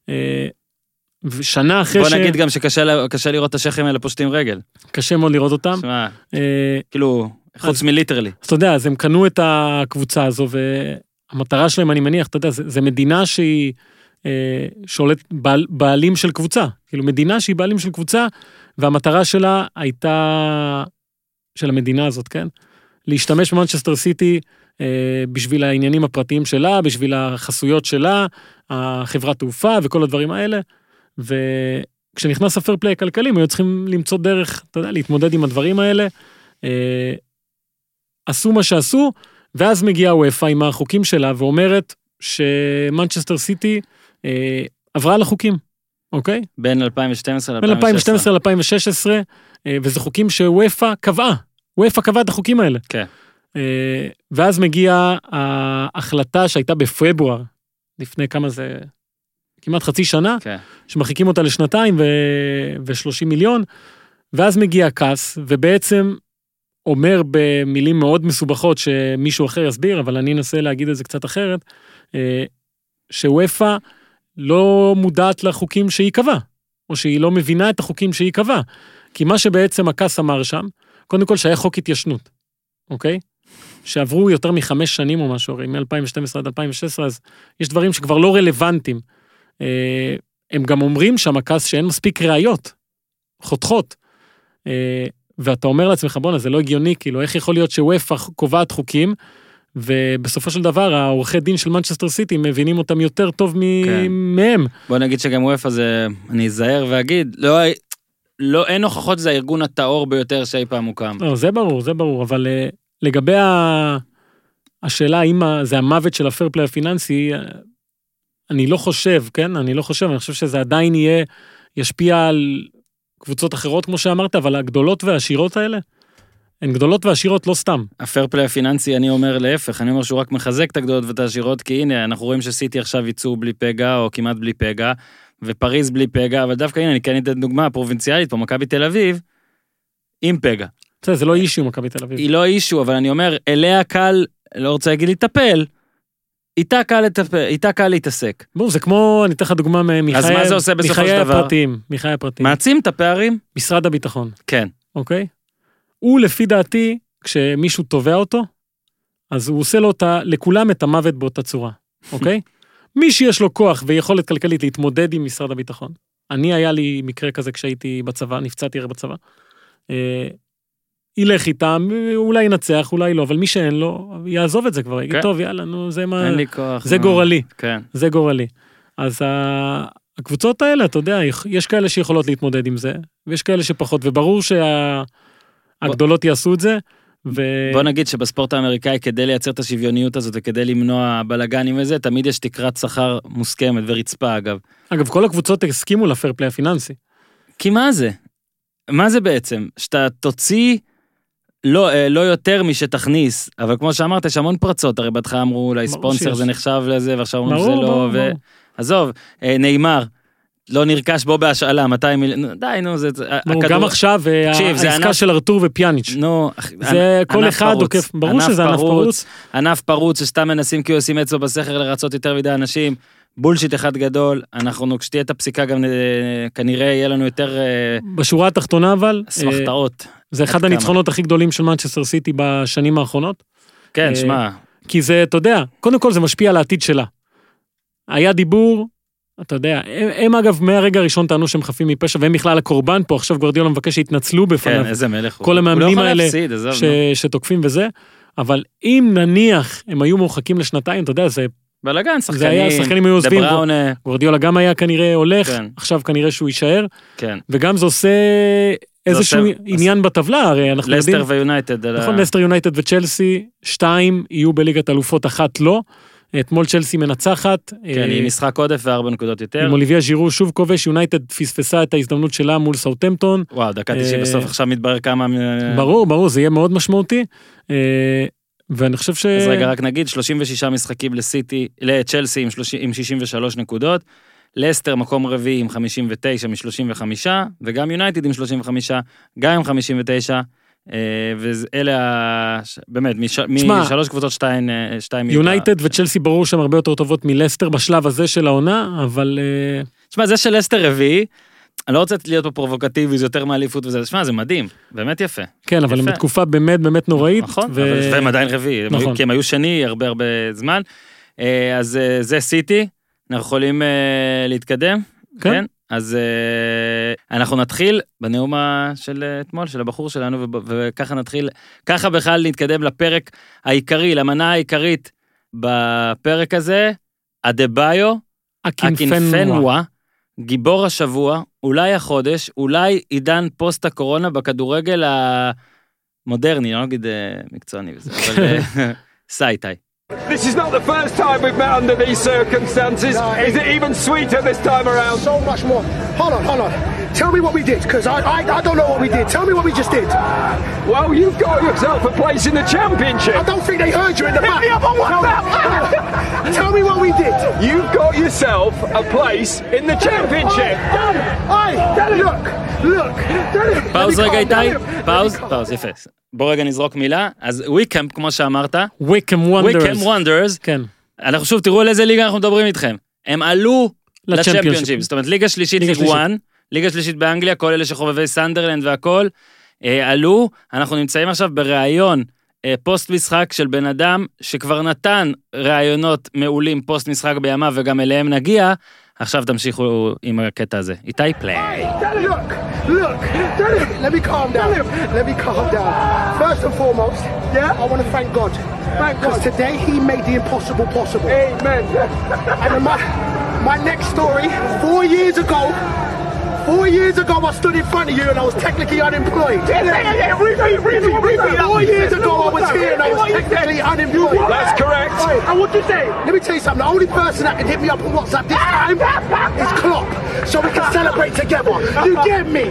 ושנה אחרי ש... בוא נגיד גם שקשה לראות את השכים האלה פושטים רגל. קשה מאוד לראות אותם. שמע, כאילו, חוץ מליטרלי. אז אתה יודע, אז הם קנו את הקבוצה הזו, והמטרה שלהם, אני מניח, אתה יודע, זה מדינה שהיא שולט בעלים של קבוצה. כאילו, מדינה שהיא בעלים של קבוצה, והמטרה שלה הייתה, של המדינה הזאת, כן? להשתמש במנצ'סטר סיטי, בשביל העניינים הפרטיים שלה, בשביל החסויות שלה, החברת תעופה וכל הדברים האלה, וכשנכנס הפייר פליי הכלכלי, היו צריכים למצוא דרך, אתה יודע, להתמודד עם הדברים האלה, עשו מה שעשו, ואז מגיעה וופא עם החוקים שלה, ואומרת שמנצ'סטר סיטי עברה על החוקים, אוקיי? בין אלפיים ושתים עשרה בין אלפיים ושתים עשרה ל-אלפיים ושש עשרה, וזה חוקים שוופא קבעה, וופא קבעה את החוקים האלה. כן. ואז מגיעה ההחלטה שהייתה בפברואר, לפני כמה זה, כמעט חצי שנה, okay. שמחכים אותה לשנתיים ו-שלושים מיליון, ואז מגיע הקאס, ובעצם אומר במילים מאוד מסובכות, שמישהו אחר יסביר, אבל אני אנסה להגיד את זה קצת אחרת, שוופא לא מודעת לחוקים שהיא קבעה, או שהיא לא מבינה את החוקים שהיא קבעה, כי מה שבעצם הקאס אמר שם, קודם כל שהיה חוק התיישנות, אוקיי? שעברו יותר מחמש שנים או משהו, הרי מ-אלפיים ושתים עשרה עד אלפיים ושש עשרה, אז יש דברים שכבר לא רלוונטיים. הם גם אומרים שם הקאס שאין מספיק ראיות, חותכות. ואתה אומר לעצמך, בונה, זה לא הגיוני, כאילו, איך יכול להיות שוופא קובעת חוקים, ובסופו של דבר, העורכי דין של מנצ'סטר סיטי מבינים אותם יותר טוב מהם. בוא נגיד שגם וופא זה, אני אזהר ואגיד, לא, לא, אין הוכחות שזה הארגון הטהור ביותר שאי פעם הוקם. לא, זה ברור, זה ברור, אבל לגבי השאלה האם זה המוות של הפייר פליי הפיננסי, אני לא חושב, כן? אני לא חושב, אני חושב שזה עדיין יהיה, ישפיע על קבוצות אחרות, כמו שאמרת, אבל הגדולות והעשירות האלה, הן גדולות והעשירות לא סתם. הפייר פליי הפיננסי, אני אומר להפך, אני אומר שהוא רק מחזק את הגדולות ואת העשירות, כי הנה, אנחנו רואים שסיטי עכשיו ייצאו בלי פגע, או כמעט בלי פגע, ופריז בלי פגע, אבל דווקא הנה, אני כן אתן דוגמה פרובינציאלית, פה מכבי תל אביב, עם פגע. זה, זה לא אישו מכבי תל אביב. היא לא אישו, אבל אני אומר, אליה קל, לא רוצה להגיד להתאפל, איתה קל לטפ... איתה קל להתעסק. בואו, זה כמו, אני אתן לך דוגמה מחיי... אז מה זה עושה בסופו של דבר? מחיי הפרטיים, מחיי הפרטיים. מעצים את הפערים? משרד הביטחון. כן. אוקיי? הוא לפי דעתי, כשמישהו תובע אותו, אז הוא עושה לו אותה, לכולם את המוות באותה צורה. אוקיי? מי שיש לו כוח ויכולת כלכלית להתמודד עם משרד הביטחון. אני, היה לי מקרה כזה כשהייתי בצבא, נפצעתי הרי בצבא. אה, ילך איתם, אולי ינצח, אולי לא, אבל מי שאין לו, יעזוב את זה כבר, יגיד, טוב, יאללה, נו, זה מה... אין לי כוח. זה גורלי. כן. זה גורלי. אז הקבוצות האלה, אתה יודע, יש כאלה שיכולות להתמודד עם זה, ויש כאלה שפחות, וברור שהגדולות יעשו את זה, ו... בוא נגיד שבספורט האמריקאי, כדי לייצר את השוויוניות הזאת, וכדי למנוע בלגנים וזה, תמיד יש תקרת שכר מוסכמת, ורצפה אגב. אגב, כל הקבוצות הסכימו לפייר פליי הפיננסי. כי מה זה? מה זה בעצם? שאתה תוציא לא, לא יותר משתכניס, אבל כמו שאמרת, יש המון פרצות, הרי בהתחלה אמרו, אולי ספונסר זה נחשב לזה, ועכשיו אומרים שזה לא, ו... עזוב, נאמר, לא נרכש בו בהשאלה, מאתיים מיליון, די, נו, זה... גם עכשיו, העסקה של ארתור ופיאניץ'. נו, זה כל אחד עוקף, ברור שזה ענף פרוץ. ענף פרוץ, שסתם מנסים כי עושים אצבע בסכר לרצות יותר וידי אנשים, בולשיט אחד גדול, אנחנו, כשתהיה את הפסיקה גם כנראה יהיה לנו יותר... בשורה התחתונה אבל... סמכתאות. זה אחד הניצחונות הכי גדולים של מנצ'סטר סיטי בשנים האחרונות. כן, שמע. כי זה, אתה יודע, קודם כל זה משפיע על העתיד שלה. היה דיבור, אתה יודע, הם, הם אגב מהרגע הראשון טענו שהם חפים מפשע, והם בכלל הקורבן פה, עכשיו גוורדיולה מבקש שהתנצלו בפניו. כן, איזה מלך הוא. כל המאמנים האלה ש, שתוקפים וזה, אבל אם נניח הם היו מורחקים לשנתיים, אתה יודע, זה... בלגן, שחקנים, זה היה, שחקנים היו עוזבים, דבראונה. גוורדיולה גם היה כנראה הולך, כן. עכשיו כנראה שהוא יישאר, כן. וגם זה עושה איזשהו עושה... עניין בטבלה, הרי אנחנו יודעים. לסטר ויונייטד. נכון, לסטר יונייטד וצ'לסי, שתיים יהיו בליגת אלופות, אחת לא, אתמול צ'לסי מנצחת. כן, היא משחק עודף וארבע נקודות יותר. עם אוליביה ז'ירו שוב כובש, יונייטד פספסה את ההזדמנות שלה מול סאות'המפטון. וואו, דקה תשעים בסוף עכשיו מתברר כמה... ברור, ברור, זה יהיה מאוד משמעותי. ואני חושב ש... אז רגע, רק נגיד, שלושים ושישה משחקים לסיטי, לצ'לסי עם שישים ושלוש נקודות, לסטר מקום רביעי עם חמישים ותשע מ-שלושים וחמש, וגם יונייטד עם שלושים וחמש, גם עם חמישים ותשע, ואלה, באמת, משלוש קבוצות שתיים... יונייטד וצ'לסי ברור שהם הרבה יותר טובות מלסטר בשלב הזה של העונה, אבל... תשמע, זה של לסטר רביעי, אני לא רוצה להיות פה פרובוקטיבי, זה יותר מאליפות וזה, תשמע, זה מדהים, באמת יפה. כן, אבל הם בתקופה באמת באמת נוראית. נכון, והם עדיין רביעי, כי הם היו שני הרבה הרבה זמן. אז זה סיטי, אנחנו יכולים להתקדם, כן? אז אנחנו נתחיל בנאום של אתמול, של הבחור שלנו, וככה נתחיל, ככה בכלל נתקדם לפרק העיקרי, למנה העיקרית בפרק הזה, אדבאיו, אקינפנואה, גיבור השבוע, אולי החודש, אולי עידן פוסט הקורונה בכדורגל המודרני, אני לא אגיד מקצועני וזה, אבל סייטי. This is not the first time we've met under these circumstances. No, is it even sweeter this time around? So much more. Hold on, hold on. Tell me what we did, because I, I I don't know what we did. Tell me what we just did. Well, you've got yourself a place in the championship. I don't think they heard you in the back. Hit me up on WhatsApp. Tell me what we did. You've got yourself a place in the championship. Hey, look, look. פאוז רגע איתי, פאוז, פאוז, יפה. בוא רגע נזרוק מילה, אז וויקאמפ, כמו שאמרת, וויקאמפ וונדרס, וויקאמפ וונדרס, כן. אנחנו שוב, תראו על איזה ליגה אנחנו מדברים איתכם, הם עלו לצ'מפיונשיפ, זאת אומרת, ליגה שלישית ליג וואן, ליגה שלישית באנגליה, כל אלה שחובבי סנדרלנד והכל, עלו, אנחנו נמצאים עכשיו בראיון, פוסט משחק של בן אדם, שכבר נתן ראיונות מעולים פוסט משחק בימיו, וגם אליהם נגיע, עכשיו תמשיכו עם הקטע הזה. איתי פליי. Look, look, let me calm down. Let me calm down. First and foremost, yeah, I want to thank God. Thank God. Because today he made the impossible possible. Amen. And my, my next story, four years ago, Four years ago, I stood in front of you and I was technically unemployed. Yeah, yeah, yeah, repeat, repeat, repeat. Four years ago, I was here and I was technically unemployed. That's correct. And what you say? Let me tell you something. The only person that can hit me up on WhatsApp this time is Klopp, so we can celebrate together. You get me?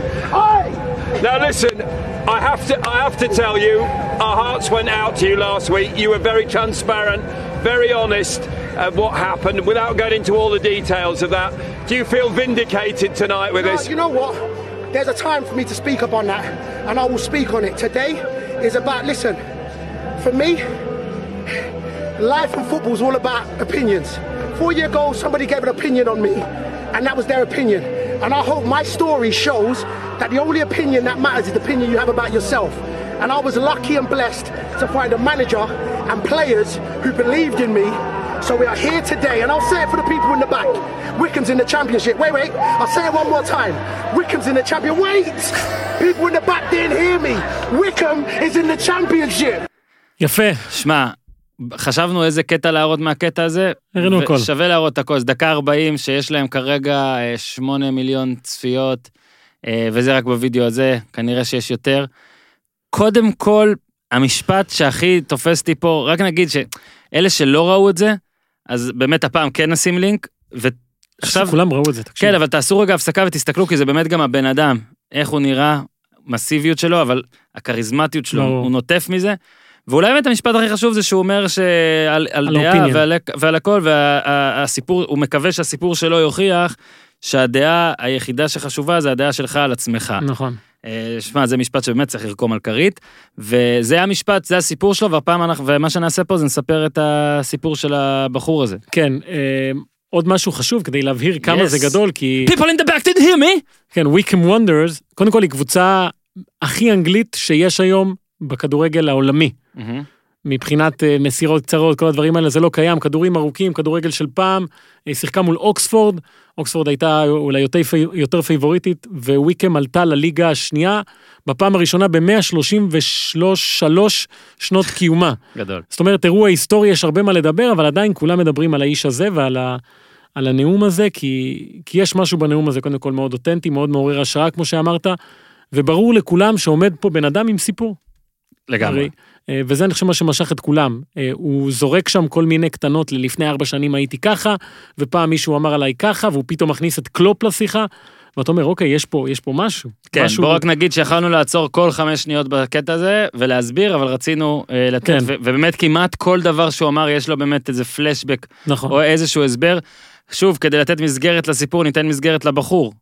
Now listen, I have to, I have to tell you, our hearts went out to you last week. You were very transparent, very honest of what happened, without going into all the details of that. Do you feel vindicated tonight with no, this? You know what? There's a time for me to speak upon that, and I will speak on it. Today is about, listen, for me, life and football is all about opinions. Four years ago, somebody gave an opinion on me, and that was their opinion. And I hope my story shows that the only opinion that matters is the opinion you have about yourself. And I was lucky and blessed to find a manager and players who believed in me. So we are here today, and I'll say it for the people in the back. Wickham's in the championship. Wait, wait, I'll say it one more time. Wickham's in the championship. Wait! People in the back didn't hear me. Wickham is in the championship. יפה. שמע, חשבנו איזה קטע להראות מהקטע הזה, הראינו הכל. שווה להראות את הכל, זה דקה ארבעים שיש להם כרגע שמונה מיליון צפיות, וזה רק בווידאו הזה, כנראה שיש יותר. קודם כל, המשפט שהכי תופסתי פה, רק נגיד שאלה שלא ראו את זה, אז באמת הפעם כן נשים לינק, ועכשיו... כולם ראו את זה, תקשיב. כן, אבל תעשו רגע הפסקה ותסתכלו, כי זה באמת גם הבן אדם, איך הוא נראה, מסיביות שלו, אבל הכריזמטיות שלו, הוא נוטף מזה, ואולי באמת המשפט הכי חשוב זה שהוא אומר שעל על דעה ועל, ועל הכל, והסיפור, הוא מקווה שהסיפור שלו יוכיח שהדעה היחידה שחשובה זה הדעה שלך על עצמך. נכון. שמע, זה משפט שבאמת צריך לרקום על כרית, וזה המשפט, זה הסיפור שלו, והפעם אנחנו, ומה שנעשה פה זה נספר את הסיפור של הבחור הזה. כן, עוד משהו חשוב כדי להבהיר כמה זה גדול, כי... People in the back didn't hear me! כן, Wickham Wanderers, קודם כל היא קבוצה הכי אנגלית שיש היום בכדורגל העולמי. מבחינת מסירות קצרות, כל הדברים האלה, זה לא קיים, כדורים ארוכים, כדורגל של פעם, שיחקה מול אוקספורד, אוקספורד הייתה אולי יותר, יותר פייבוריטית, וויקם עלתה לליגה השנייה, בפעם הראשונה ב-מאה שלושים ושלוש שנות קיומה. גדול. זאת אומרת, אירוע היסטורי, יש הרבה מה לדבר, אבל עדיין כולם מדברים על האיש הזה, ועל ה, על הנאום הזה, כי, כי יש משהו בנאום הזה, קודם כל מאוד אותנטי, מאוד מעורר השראה, כמו שאמרת, וברור לכולם שעומד פה בן אדם עם סיפור. לגמרי. וזה אני חושב מה שמשך את כולם. הוא זורק שם כל מיני קטנות, ללפני ארבע שנים הייתי ככה, ופעם מישהו אמר עליי ככה, והוא פתאום מכניס את קלופ לשיחה, ואתה אומר, אוקיי, יש פה, יש פה משהו. כן, משהו... בוא רק נגיד שיכולנו לעצור כל חמש שניות בקטע הזה, ולהסביר, אבל רצינו לתת, כן. ו- ובאמת כמעט כל דבר שהוא אמר, יש לו באמת איזה פלשבק, נכון. או איזשהו הסבר. שוב, כדי לתת מסגרת לסיפור, ניתן מסגרת לבחור.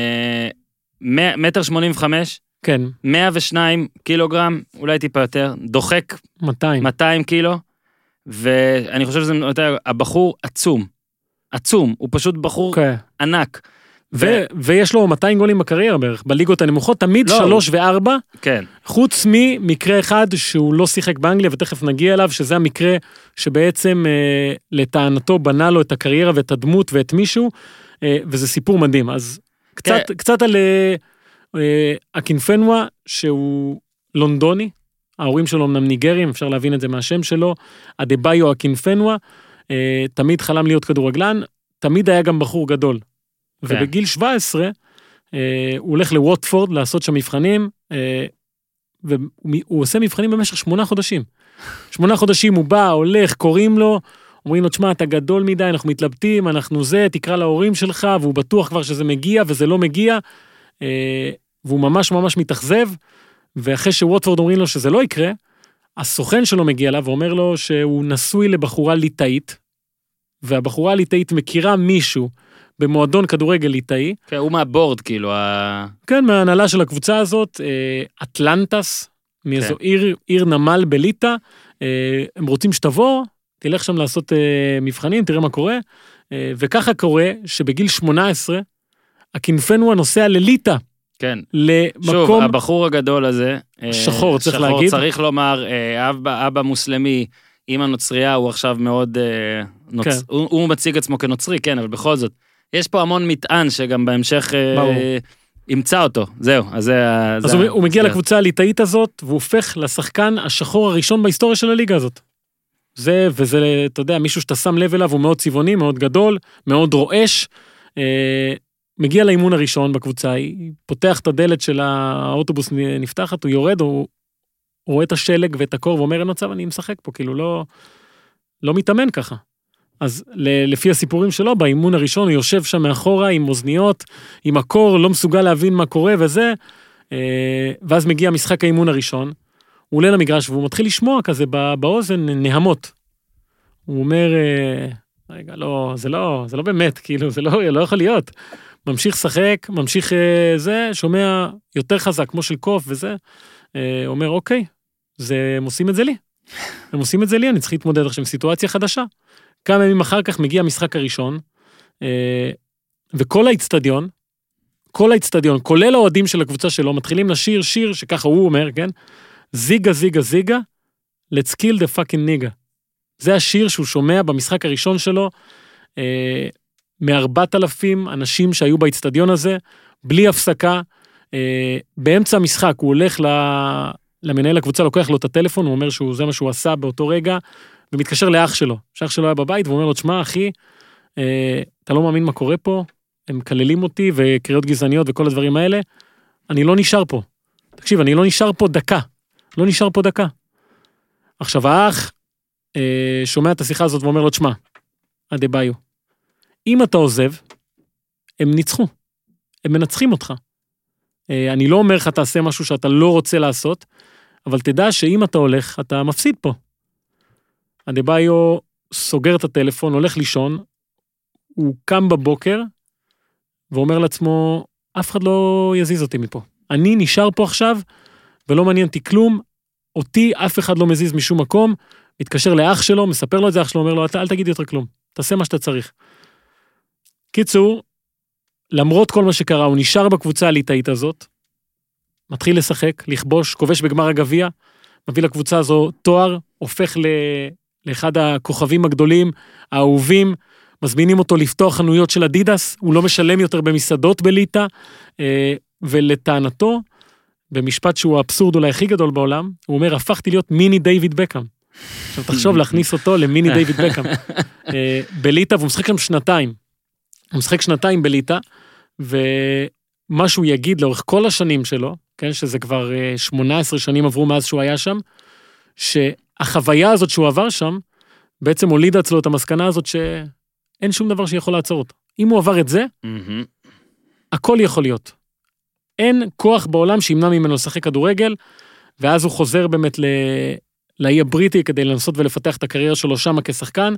מטר שמונים וחמש, כן. מאה ושניים קילוגרם, אולי טיפה יותר, דוחק מאתיים. מאתיים קילו, ואני חושב שזה הבחור עצום, עצום, הוא פשוט בחור okay. ענק. ו- ו- ויש לו מאתיים גולים בקריירה בערך, בליגות הנמוכות, תמיד לא. שלוש וארבע, כן. חוץ ממקרה אחד שהוא לא שיחק באנגליה, ותכף נגיע אליו, שזה המקרה שבעצם אה, לטענתו בנה לו את הקריירה ואת הדמות ואת מישהו, אה, וזה סיפור מדהים. אז קצת, כן. קצת על... אה, אקינפנווה, שהוא לונדוני, ההורים שלו אמנם ניגרים, אפשר להבין את זה מהשם שלו, אדבאיו אקינפנווה, תמיד חלם להיות כדורגלן, תמיד היה גם בחור גדול. ובגיל שבע עשרה, הוא הולך לווטפורד לעשות שם מבחנים, והוא עושה מבחנים במשך שמונה חודשים. שמונה חודשים הוא בא, הולך, קוראים לו, אומרים לו, תשמע, אתה גדול מדי, אנחנו מתלבטים, אנחנו זה, תקרא להורים שלך, והוא בטוח כבר שזה מגיע, וזה לא מגיע, והוא ממש ממש מתאכזב, ואחרי שווטפורד אומרים לו שזה לא יקרה, הסוכן שלו מגיע לה ואומר לו שהוא נשוי לבחורה ליטאית, והבחורה הליטאית מכירה מישהו במועדון כדורגל ליטאי. כן, הוא מהבורד כאילו. ה... כן, מההנהלה של הקבוצה הזאת, אטלנטס, מאיזו כן. עיר, עיר נמל בליטא, הם רוצים שתבוא, תלך שם לעשות מבחנים, תראה מה קורה, וככה קורה שבגיל שמונה עשרה, אקינפנווה נוסע לליטא. כן. למקום... שוב, הבחור הגדול הזה. שחור, צריך שחור, להגיד. צריך לומר, אבא, אבא מוסלמי, אמא נוצריה, הוא עכשיו מאוד... נוצ... כן. הוא, הוא מציג עצמו כנוצרי, כן, אבל בכל זאת, יש פה המון מטען שגם בהמשך אה, ימצא אותו. זהו, אז זה... אז זה, הוא, הוא מגיע זה... לקבוצה הליטאית הזאת, והוא הופך לשחקן השחור הראשון בהיסטוריה של הליגה הזאת. זה, וזה, אתה יודע, מישהו שאתה שם לב אליו, הוא מאוד צבעוני, מאוד גדול, מאוד רועש, אה, מגיע לאימון הראשון בקבוצה, היא פותח את הדלת של האוטובוס נפתחת, הוא יורד, הוא, הוא רואה את השלג ואת הקור, ואומר, אין מצב, אני משחק פה, כאילו לא, לא מתאמן ככה. אז לפי הסיפורים שלו, באימון הראשון, הוא יושב שם מאחורה, עם אוזניות, עם הקור, לא מסוגל להבין מה קורה וזה, אה, ואז מגיע משחק האימון הראשון, הוא עולה למגרש, והוא מתחיל לשמוע כזה באוזן נהמות. הוא אומר, רגע, לא, זה לא, זה לא באמת, כאילו, זה לא, לא יכול להיות. ממשיך שחק, ממשיך זה, שומע יותר חזק, כמו של קוף וזה, אומר, אוקיי, זה, הם עושים את זה לי. הם עושים את זה לי, אני צריך להתמודד עכשיו עם סיטואציה חדשה. כמה ימים אחר כך מגיע המשחק הראשון, וכל האצטדיון, כל האצטדיון, כולל האוהדים של הקבוצה שלו, מתחילים לשיר שיר, שככה הוא אומר, כן? זיגה, זיגה, זיגה, let's kill the fucking nigga. זה השיר שהוא שומע במשחק הראשון שלו, אה, מארבעת אלפים אנשים שהיו באצטדיון הזה, בלי הפסקה, אה, באמצע המשחק הוא הולך למנהל הקבוצה, לוקח לו את הטלפון, הוא אומר שזה מה שהוא עשה באותו רגע, ומתקשר לאח שלו, שאח שלו היה בבית, והוא אומר לו, תשמע, אחי, אה, אתה לא מאמין מה קורה פה, הם כללים אותי, וקריאות גזעניות וכל הדברים האלה, אני לא נשאר פה. תקשיב, אני לא נשאר פה דקה. לא נשאר פה דקה. עכשיו, האח אה, שומע את השיחה הזאת ואומר לו, תשמע, אדבאיו, אם אתה עוזב, הם ניצחו. הם מנצחים אותך. אה, אני לא אומר לך, תעשה משהו שאתה לא רוצה לעשות, אבל תדע שאם אתה הולך, אתה מפסיד פה. אדבאיו סוגר את הטלפון, הולך לישון, הוא קם בבוקר, ואומר לעצמו, אף אחד לא יזיז אותי מפה. אני נשאר פה עכשיו, ולא מעניין אותי כלום, אותי אף אחד לא מזיז משום מקום, מתקשר לאח שלו, מספר לו את זה, אח שלו אומר לו, אל תגיד יותר כלום, תעשה מה שאתה צריך. קיצור, למרות כל מה שקרה, הוא נשאר בקבוצה הליטאית הזאת, מתחיל לשחק, לכבוש, כובש בגמר הגביע, מביא לקבוצה הזו תואר, הופך ל... לאחד הכוכבים הגדולים, האהובים, מזמינים אותו לפתוח חנויות של אדידס, הוא לא משלם יותר במסעדות בליטא, ולטענתו, במשפט שהוא האבסורד אולי הכי גדול בעולם, הוא אומר, הפכתי להיות מיני דיוויד בקאם. עכשיו תחשוב להכניס אותו למיני דיוויד בקאם. בליטא, והוא משחק שם שנתיים. הוא משחק שנתיים בליטא, ומה שהוא יגיד לאורך כל השנים שלו, כן, שזה כבר שמונה עשרה שנים עברו מאז שהוא היה שם, שהחוויה הזאת שהוא עבר שם, בעצם הולידה אצלו את המסקנה הזאת שאין שום דבר שיכול לעצור אותו. אם הוא עבר את זה, הכל יכול להיות. אין כוח בעולם שימנע ממנו לשחק כדורגל, ואז הוא חוזר באמת לאי הבריטי כדי לנסות ולפתח את הקריירה שלו שם כשחקן,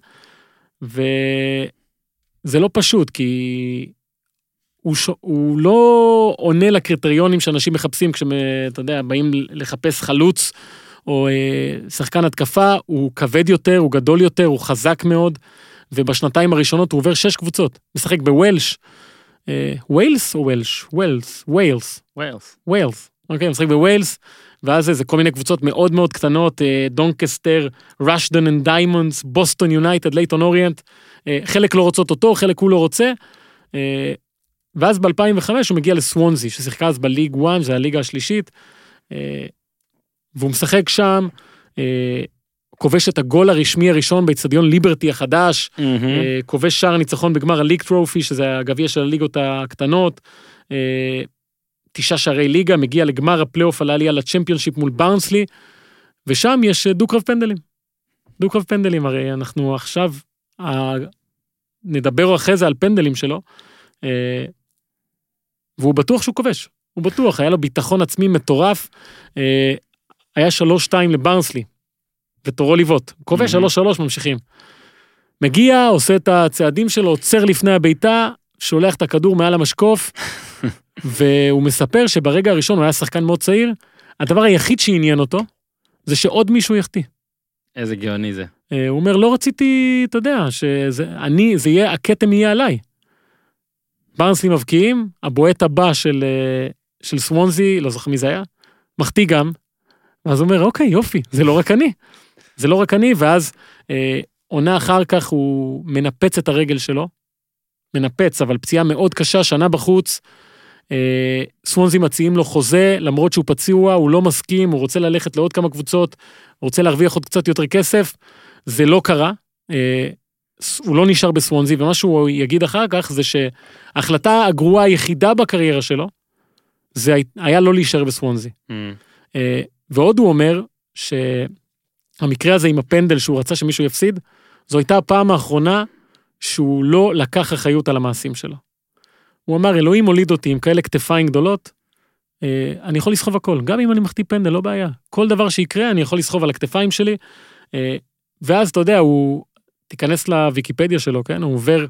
וזה לא פשוט, כי הוא, ש... הוא לא עונה לקריטריונים שאנשים מחפשים, כשאתה יודע, באים לחפש חלוץ, או אה, שחקן התקפה, הוא כבד יותר, הוא גדול יותר, הוא חזק מאוד, ובשנתיים הראשונות הוא עובר שש קבוצות, משחק בוולש, ווילס או וולש? ווילס, ווילס. ווילס. ווילס. אוקיי, משחק בווילס, ואז זה כל מיני קבוצות מאוד מאוד קטנות, דונקסטר, רשדן אנד דיימונדס, בוסטון יונייטד, לייטון אוריינט, חלק לא רוצות אותו, חלק הוא לא רוצה, ואז ב-אלפיים וחמש הוא מגיע לסוונזי, ששיחקה אז בליג אחת, זה הליגה השלישית, והוא משחק שם, כובש את הגול הרשמי הראשון באצטדיון ליברטי החדש, mm-hmm. כובש שער ניצחון בגמר הליג טרופי, שזה הגביע של הליגות הקטנות, תשעה שערי ליגה, מגיע לגמר הפלייאוף על העלייה לצ'מפיונשיפ מול בארנסלי, ושם יש דו-קרב פנדלים. דו-קרב פנדלים, הרי אנחנו עכשיו, נדבר אחרי זה על פנדלים שלו, והוא בטוח שהוא כובש, הוא בטוח, היה לו ביטחון עצמי מטורף, היה שלוש שתיים לבארנסלי, ותורו ליבות, כובש שלוש שלוש, ממשיכים. מגיע, עושה את הצעדים שלו, עוצר לפני הביתה, שולח את הכדור מעל המשקוף, והוא מספר שברגע הראשון הוא היה שחקן מאוד צעיר, הדבר היחיד שעניין אותו, זה שעוד מישהו יחטיא. איזה גאוני זה. הוא אומר, לא רציתי, אתה יודע, שאני, זה יהיה, הכתם יהיה עליי. בארנסלי מבקיעים, הבועט הבא של, של סוונזי, לא זוכר מי זה היה, מחטיא גם, ואז הוא אומר, אוקיי, יופי, זה לא רק אני. זה לא רק אני, ואז אה, עונה אחר כך הוא מנפץ את הרגל שלו, מנפץ, אבל פציעה מאוד קשה, שנה בחוץ, אה, סוונזי מציעים לו חוזה, למרות שהוא פציוע, הוא לא מסכים, הוא רוצה ללכת לעוד כמה קבוצות, הוא רוצה להרוויח עוד קצת יותר כסף, זה לא קרה, אה, הוא לא נשאר בסוונזי, ומה שהוא יגיד אחר כך, זה שההחלטה הגרועה היחידה בקריירה שלו, זה היה לא להישאר בסוונזי. Mm. אה, ועוד הוא אומר, שהמקרה הזה עם הפנדל שהוא רצה שמישהו יפסיד, זו הייתה הפעם האחרונה שהוא לא לקח אחריות על המעשים שלו. הוא אמר, אלוהים הוליד אותי עם כאלה כתפיים גדולות, אני יכול לסחוב הכל, גם אם אני מחטיא פנדל, לא בעיה. כל דבר שיקרה, אני יכול לסחוב על הכתפיים שלי, ואז אתה יודע, הוא תיכנס לוויקיפדיה שלו, כן? הוא עובר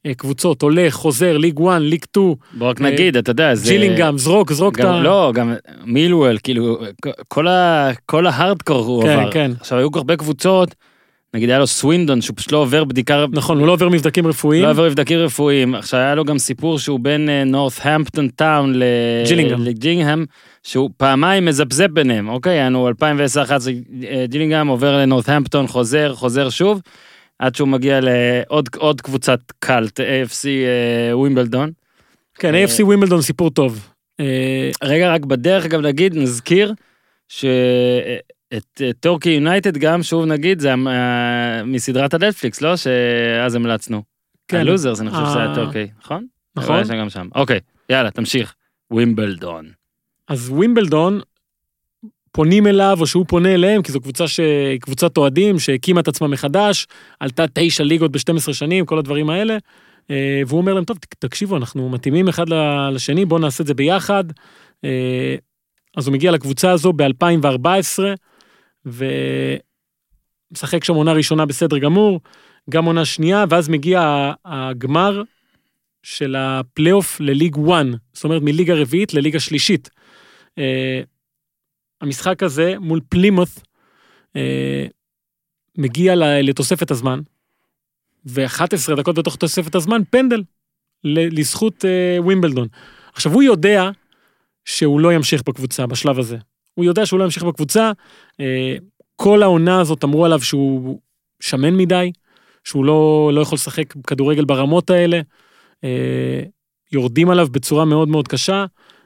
קבוצות, הולך, חוזר, ליג אחת, ליג שתיים. בוא רק נגיד, אתה יודע, זה... ג'ילינגהם, זרוק, זרוק את ה... לא, גם מילואל, כאילו, כל ההארדקור הוא עבר. כן. עכשיו, היו כל הרבה קבוצות, נגיד היה לו סווינדון, שהוא פשוט לא עובר בדיקה... נכון, הוא לא עובר מבדקים רפואיים. לא עובר מבדקים רפואיים. עכשיו, היה לו גם סיפור שהוא בין נורת'המפטון טאון לג'ילינגהם, שהוא פעמיים מזבזב ביניהם, אוקיי? היינו אלפיים ועשר אחת עשרה, ג'ילינגהם עובר לנורת'המפטון, חוזר, חוזר שוב, עד שהוא מגיע לעוד קבוצת קלט, איי אף סי ווימבלדון. כן, איי אף סי ווימבלדון סיפור טוב. רגע, רק בדרך גם נגיד, נזכיר, שאת טורקי יונייטד גם, שוב נגיד, זה מסדרת הנטפליקס, לא? שאז המלצנו. הלוזרס, אני חושב שזה היה טורקי, נכון? נכון. גם שם. אוקיי, יאללה, תמשיך. ווימבלדון. אז ווימבלדון, פונים אליו, או שהוא פונה אליהם, כי זו קבוצה ש... קבוצת אוהדים, שהקימה את עצמה מחדש, עלתה תשע ליגות ב-שתים עשרה שנים, כל הדברים האלה, והוא אומר להם, טוב, תקשיבו, אנחנו מתאימים אחד לשני, בואו נעשה את זה ביחד. אז הוא מגיע לקבוצה הזו ב-אלפיים וארבע עשרה, ומשחק שם עונה ראשונה בסדר גמור, גם עונה שנייה, ואז מגיע הגמר של הפלייאוף לליג אחת, זאת אומרת מליגה רביעית לליגה שלישית. המשחק הזה מול פלימות מגיע לתוספת הזמן, ו-אחת עשרה דקות בתוך תוספת הזמן, פנדל, לזכות ווימבלדון. עכשיו הוא יודע שהוא לא ימשיך בקבוצה בשלב הזה. הוא יודע שהוא לא ימשיך בקבוצה, כל העונה הזאת אמרו עליו שהוא שמן מדי, שהוא לא, לא יכול לשחק כדורגל ברמות האלה, יורדים עליו בצורה מאוד מאוד קשה,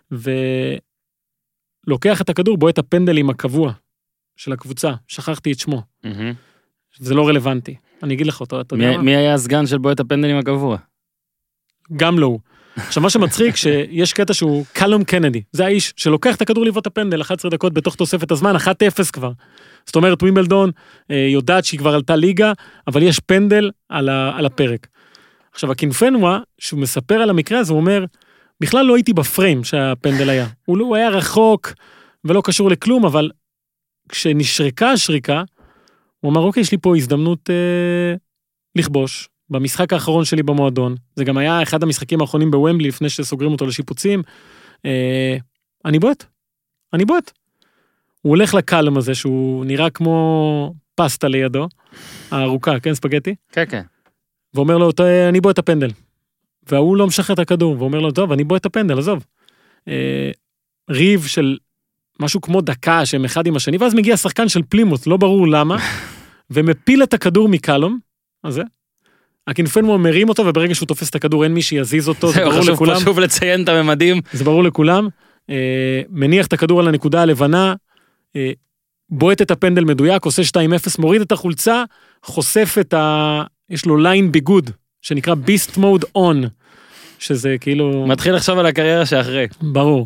ולוקח את הכדור, בועט הפנדלים הקבוע של הקבוצה, שכחתי את שמו. זה לא רלוונטי. אני אגיד לך אותו, אתה יודע מה? מי היה הסגן של בועט הפנדלים הקבוע? גם לא הוא. עכשיו, מה שמצחיק, שיש קטע שהוא קלום קנדי, זה האיש שלוקח את הכדור לבעוט הפנדל, אחת עשרה דקות בתוך תוספת הזמן, אחת אפס כבר. זאת אומרת, ווימבלדון יודעת שהיא כבר עלתה ליגה, אבל יש פנדל על, ה, על הפרק. עכשיו, הקינפנווה, שהוא מספר על המקרה הזה, הוא אומר, בכלל לא הייתי בפריים שהפנדל היה. הוא, הוא היה רחוק ולא קשור לכלום, אבל כשנשרקה השריקה, הוא אמר, אוקיי, יש לי פה הזדמנות אה, לכבוש. במשחק האחרון שלי במועדון, זה גם היה אחד המשחקים האחרונים בוומבלי, לפני שסוגרים אותו לשיפוצים, אה, אני בועט, אני בועט. הוא הולך לקלם הזה, שהוא נראה כמו פסטה לידו, הארוכה, כן, ספגטי? כן, כן. ואומר לו, אני בועט הפנדל. והוא לא משחרר את הכדור, ואומר לו, טוב, אני בועט הפנדל, עזוב. אה, ריב של משהו כמו דקה, שהם אחד עם השני, ואז מגיע שחקן של פלימות, לא ברור למה, ומפיל את הכדור מקלום, אז זה, הקינפנווה מרים אותו, וברגע שהוא תופס את הכדור, אין מי שיזיז אותו, זה ברור לכולם. חשוב לציין את הממדים. זה ברור לכולם. מניח את הכדור על הנקודה הלבנה, בועט את הפנדל מדויק, עושה שתיים אפס, מוריד את החולצה, חושף את ה... יש לו ליין ביגוד, שנקרא Beast Mode On, שזה כאילו... מתחיל לחשוב על הקריירה שאחרי. ברור.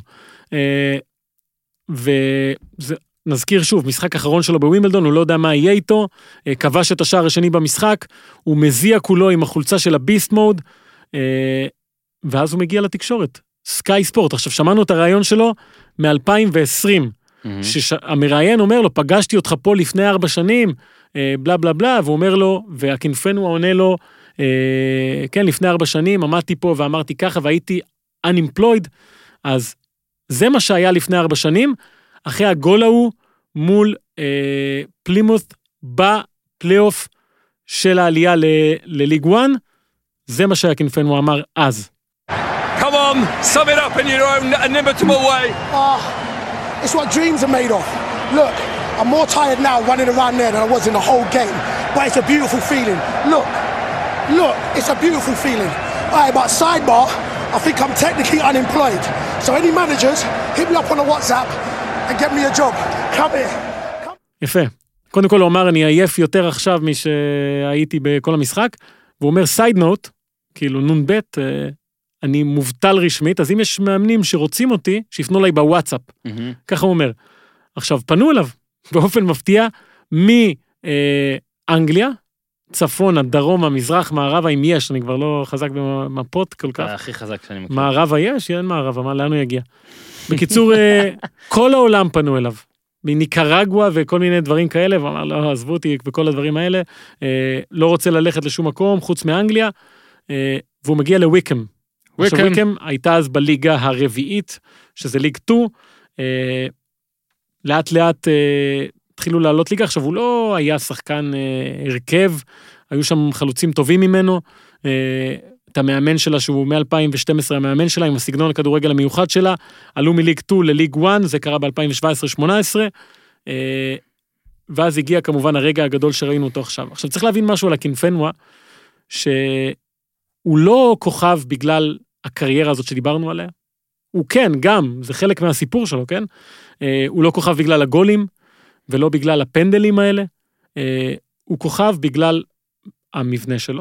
ונזכיר שוב, משחק אחרון שלו בווימבלדון, הוא לא יודע מה יהיה איתו, כבש את השער השני במשחק, הוא מזיע כולו עם החולצה של הביסט מוד, ואז הוא מגיע לתקשורת, סקאי ספורט. עכשיו שמענו את הרעיון שלו מ-אלפיים ועשרים, שהמראיין אומר לו, פגשתי אותך פה לפני ארבע שנים, בלה בלה בלה, והוא אומר לו, והקינפנווה עונה לו, כן, לפני ארבע שנים, עמדתי פה ואמרתי ככה, והייתי unemployed, אז זה מה שהיה לפני ארבע שנים, אחרי הגול ההוא מול אה, פלימות בפלייאוף של העלייה לליג אחת, זה מה שהקינפנווה אמר אז. Come on, sum it up in your own inimitable way. Oh, it's what dreams are made of. Look, I'm more tired now running around there than I was in the whole game, but it's a beautiful feeling. Look, look, it's a beautiful feeling. All right, but sidebar, I think I'm technically unemployed. So any managers, hit me up on the WhatsApp and get me a job. Come here. יפה. קודם כל הוא אמר, אני עייף יותר עכשיו משהייתי בכל המשחק, והוא אומר, סייד נוט, כאילו נון בית, אני מובטל רשמית, אז אם יש מאמנים שרוצים אותי, שיפנו לי בוואטסאפ. ככה הוא אומר. עכשיו, פנו אליו, באופן מפתיע, מאנגליה, צפון, הדרום, המזרח, מערבה, אם יש, אני כבר לא חזק במפות כל כך. הכי חזק שאני מכיר. מערבה יש? אין מערבה, מה, לאן הוא יגיע? בקיצור, כל העולם פנו אליו, מניקרגואה וכל מיני דברים כאלה, ואמר, לא, עזבו אותי בכל הדברים האלה, לא רוצה ללכת לשום מקום, חוץ מאנגליה, והוא מגיע לוויקם. וויקם. עכשיו וויקם הייתה אז בליגה הרביעית, שזה ליג שתיים, אה, לאט לאט אה, התחילו לעלות ליגה, עכשיו הוא לא היה שחקן אה, הרכב, היו שם חלוצים טובים ממנו, אה, את המאמן שלה, שהוא מ-אלפיים ושתים עשרה המאמן שלה, עם הסגנון הכדורגל המיוחד שלה, עלו מליג שתיים לליג אחת, זה קרה ב-אלפיים שבע עשרה שמונה עשרה, אה, ואז הגיע כמובן הרגע הגדול שראינו אותו עכשיו. עכשיו צריך להבין משהו על הקינפנווה, שהוא לא כוכב בגלל הקריירה הזאת שדיברנו עליה, הוא כן, גם, זה חלק מהסיפור שלו, כן? אה, הוא לא כוכב בגלל הגולים, ולא בגלל הפנדלים האלה, אה, הוא כוכב בגלל המבנה שלו,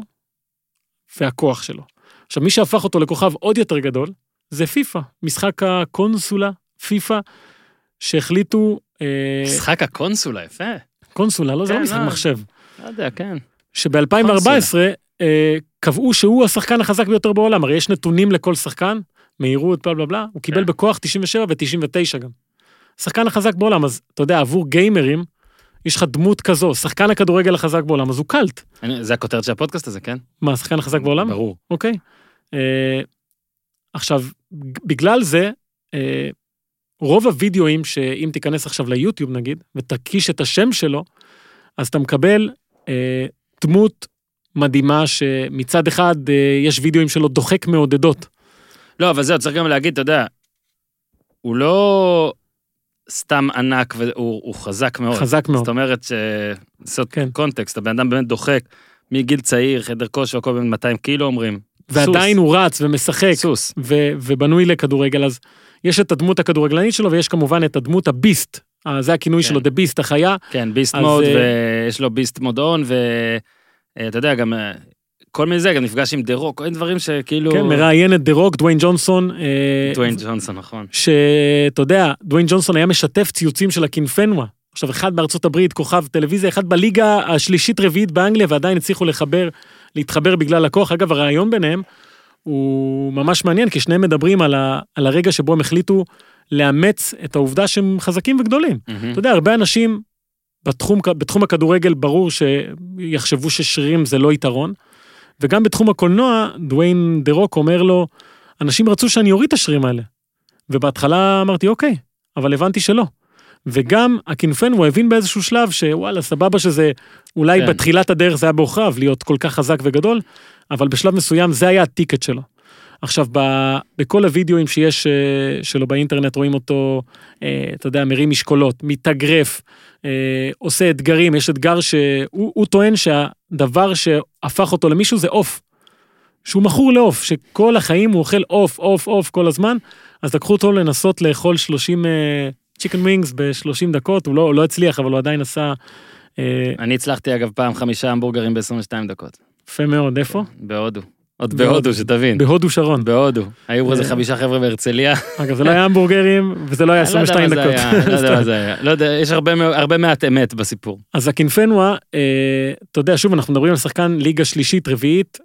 והכוח שלו. עכשיו, מי שהפך אותו לכוכב עוד יותר גדול, זה פיפה, משחק הקונסולה, פיפה, שהחליטו... משחק הקונסולה, יפה. קונסולה, לא, זה לא משחק מחשב. לא יודע, כן. שב-אלפיים וארבע עשרה קבעו שהוא השחקן החזק ביותר בעולם, הרי יש נתונים לכל שחקן, מהירות, בלה בלה בלה, הוא קיבל בכוח תשעים ושבע ו-תשעים ותשע גם. שחקן החזק בעולם, אז אתה יודע, עבור גיימרים, יש לך דמות כזו, שחקן הכדורגל החזק בעולם, אז הוא קלט. זה הכותרת של הפודקאסט הזה, כן? מה, השחקן החזק בעולם? ברור. אוקיי. אה, עכשיו, בגלל זה, אה, רוב הוידאוים שאם תיכנס עכשיו ליוטיוב נגיד, ותקיש את השם שלו, אז אתה מקבל אה, דמות מדהימה שמצד אחד אה, יש וידאוים שלו דוחק מעודדות. לא, אבל זהו, צריך גם להגיד, אתה יודע, הוא לא סתם ענק, והוא הוא חזק מאוד. חזק מאוד. זאת אומרת ש... זאת כן. קונטקסט, הבן אדם באמת דוחק, מגיל צעיר, חדר כושר, הכל בין מאתיים קילו אומרים. ועדיין סוס. הוא רץ ומשחק. סוס. ו- ובנוי לכדורגל, אז יש את הדמות הכדורגלנית שלו, ויש כמובן את הדמות הביסט, זה הכינוי כן. שלו, The Beast, החיה. כן, ביסט מוד, ויש לו ביסט מודון, ואתה יודע, גם כל מיני זה, גם נפגש עם דרוק, כל מיני דברים שכאילו... כן, מראיין את דרוק, דוויין ג'ונסון. דוויין ג'ונסון, נכון. שאתה יודע, דוויין ג'ונסון היה משתף ציוצים של הקינפנווה. עכשיו, אחד בארצות הברית, כוכב טלוויזיה, אחד בליגה השלישית רביעית באנגליה, ועדיין הצליחו לחבר, להתחבר בגלל הכוח. אגב, הרעיון ביניהם הוא ממש מעניין, כי שניהם מדברים על, ה, על הרגע שבו הם החליטו לאמץ את העובדה שהם חזקים וגדולים. Mm-hmm. אתה יודע, הרבה אנשים בתחום, בתחום הכדורגל ברור שיחשבו ששרירים זה לא יתרון, וגם בתחום הקולנוע, דוויין דרוק אומר לו, אנשים רצו שאני אוריד את השרירים האלה. ובהתחלה אמרתי, אוקיי, אבל הבנתי שלא. וגם הקינפנווה הבין באיזשהו שלב שוואלה, סבבה שזה, אולי כן. בתחילת הדרך זה היה בעוכריו להיות כל כך חזק וגדול, אבל בשלב מסוים זה היה הטיקט שלו. עכשיו, ב, בכל הוידאוים שיש שלו באינטרנט, רואים אותו, אה, אתה יודע, מרים משקולות, מתאגרף, אה, עושה אתגרים, יש אתגר שהוא הוא טוען שהדבר שהפך אותו למישהו זה אוף, שהוא מכור לאוף, שכל החיים הוא אוכל אוף, אוף, אוף כל הזמן, אז לקחו אותו לנסות לאכול שלושים צ'יקן ווינגס ב-שלושים דקות, הוא לא, הוא לא הצליח, אבל הוא עדיין עשה... אה, אני הצלחתי אגב פעם חמישה המבורגרים ב-עשרים ושתיים דקות. יפה מאוד, איפה? בהודו. עוד בהודו, שתבין. בהודו שרון. בהודו. היו איזה חמישה חבר'ה בהרצליה. אגב, זה לא היה המבורגרים, וזה לא היה עשרים ושתיים דקות. לא יודע מה זה היה. לא יודע, יש הרבה מעט אמת בסיפור. אז הקינפנווה, אתה יודע, שוב, אנחנו מדברים על שחקן ליגה שלישית, רביעית,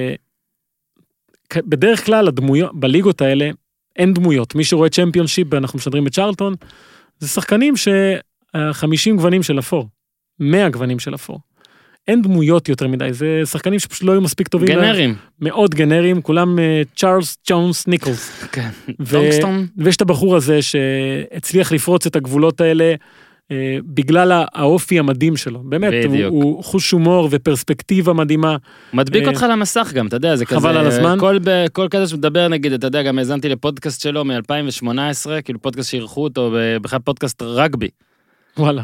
בדרך כלל הדמויות, בליגות האלה, אין דמויות. מי שרואה צ'מפיונשיפ, אנחנו משדרים בצ'רלטון, זה שחקנים ש-חמישים גוונים של אפור, מאה גוונים של אפור. אין דמויות יותר מדי, זה שחקנים שפשוט לא היו מספיק טובים. גנרים. מאוד גנרים, כולם צ'ארלס ג'ונס ניקולס. כן. דונגסטון. ויש את הבחור הזה שהצליח לפרוץ את הגבולות האלה, בגלל האופי המדהים שלו. באמת, הוא חוש הומור ופרספקטיבה מדהימה. מדביק אותך למסך גם, אתה יודע, זה כזה... חבל על הזמן. כל כזה שמדבר, נגיד, אתה יודע, גם האזנתי לפודקאסט שלו מ-אלפיים ושמונה עשרה, כאילו פודקאסט שערכו אותו, בכלל פודקאסט רגבי. וואלה.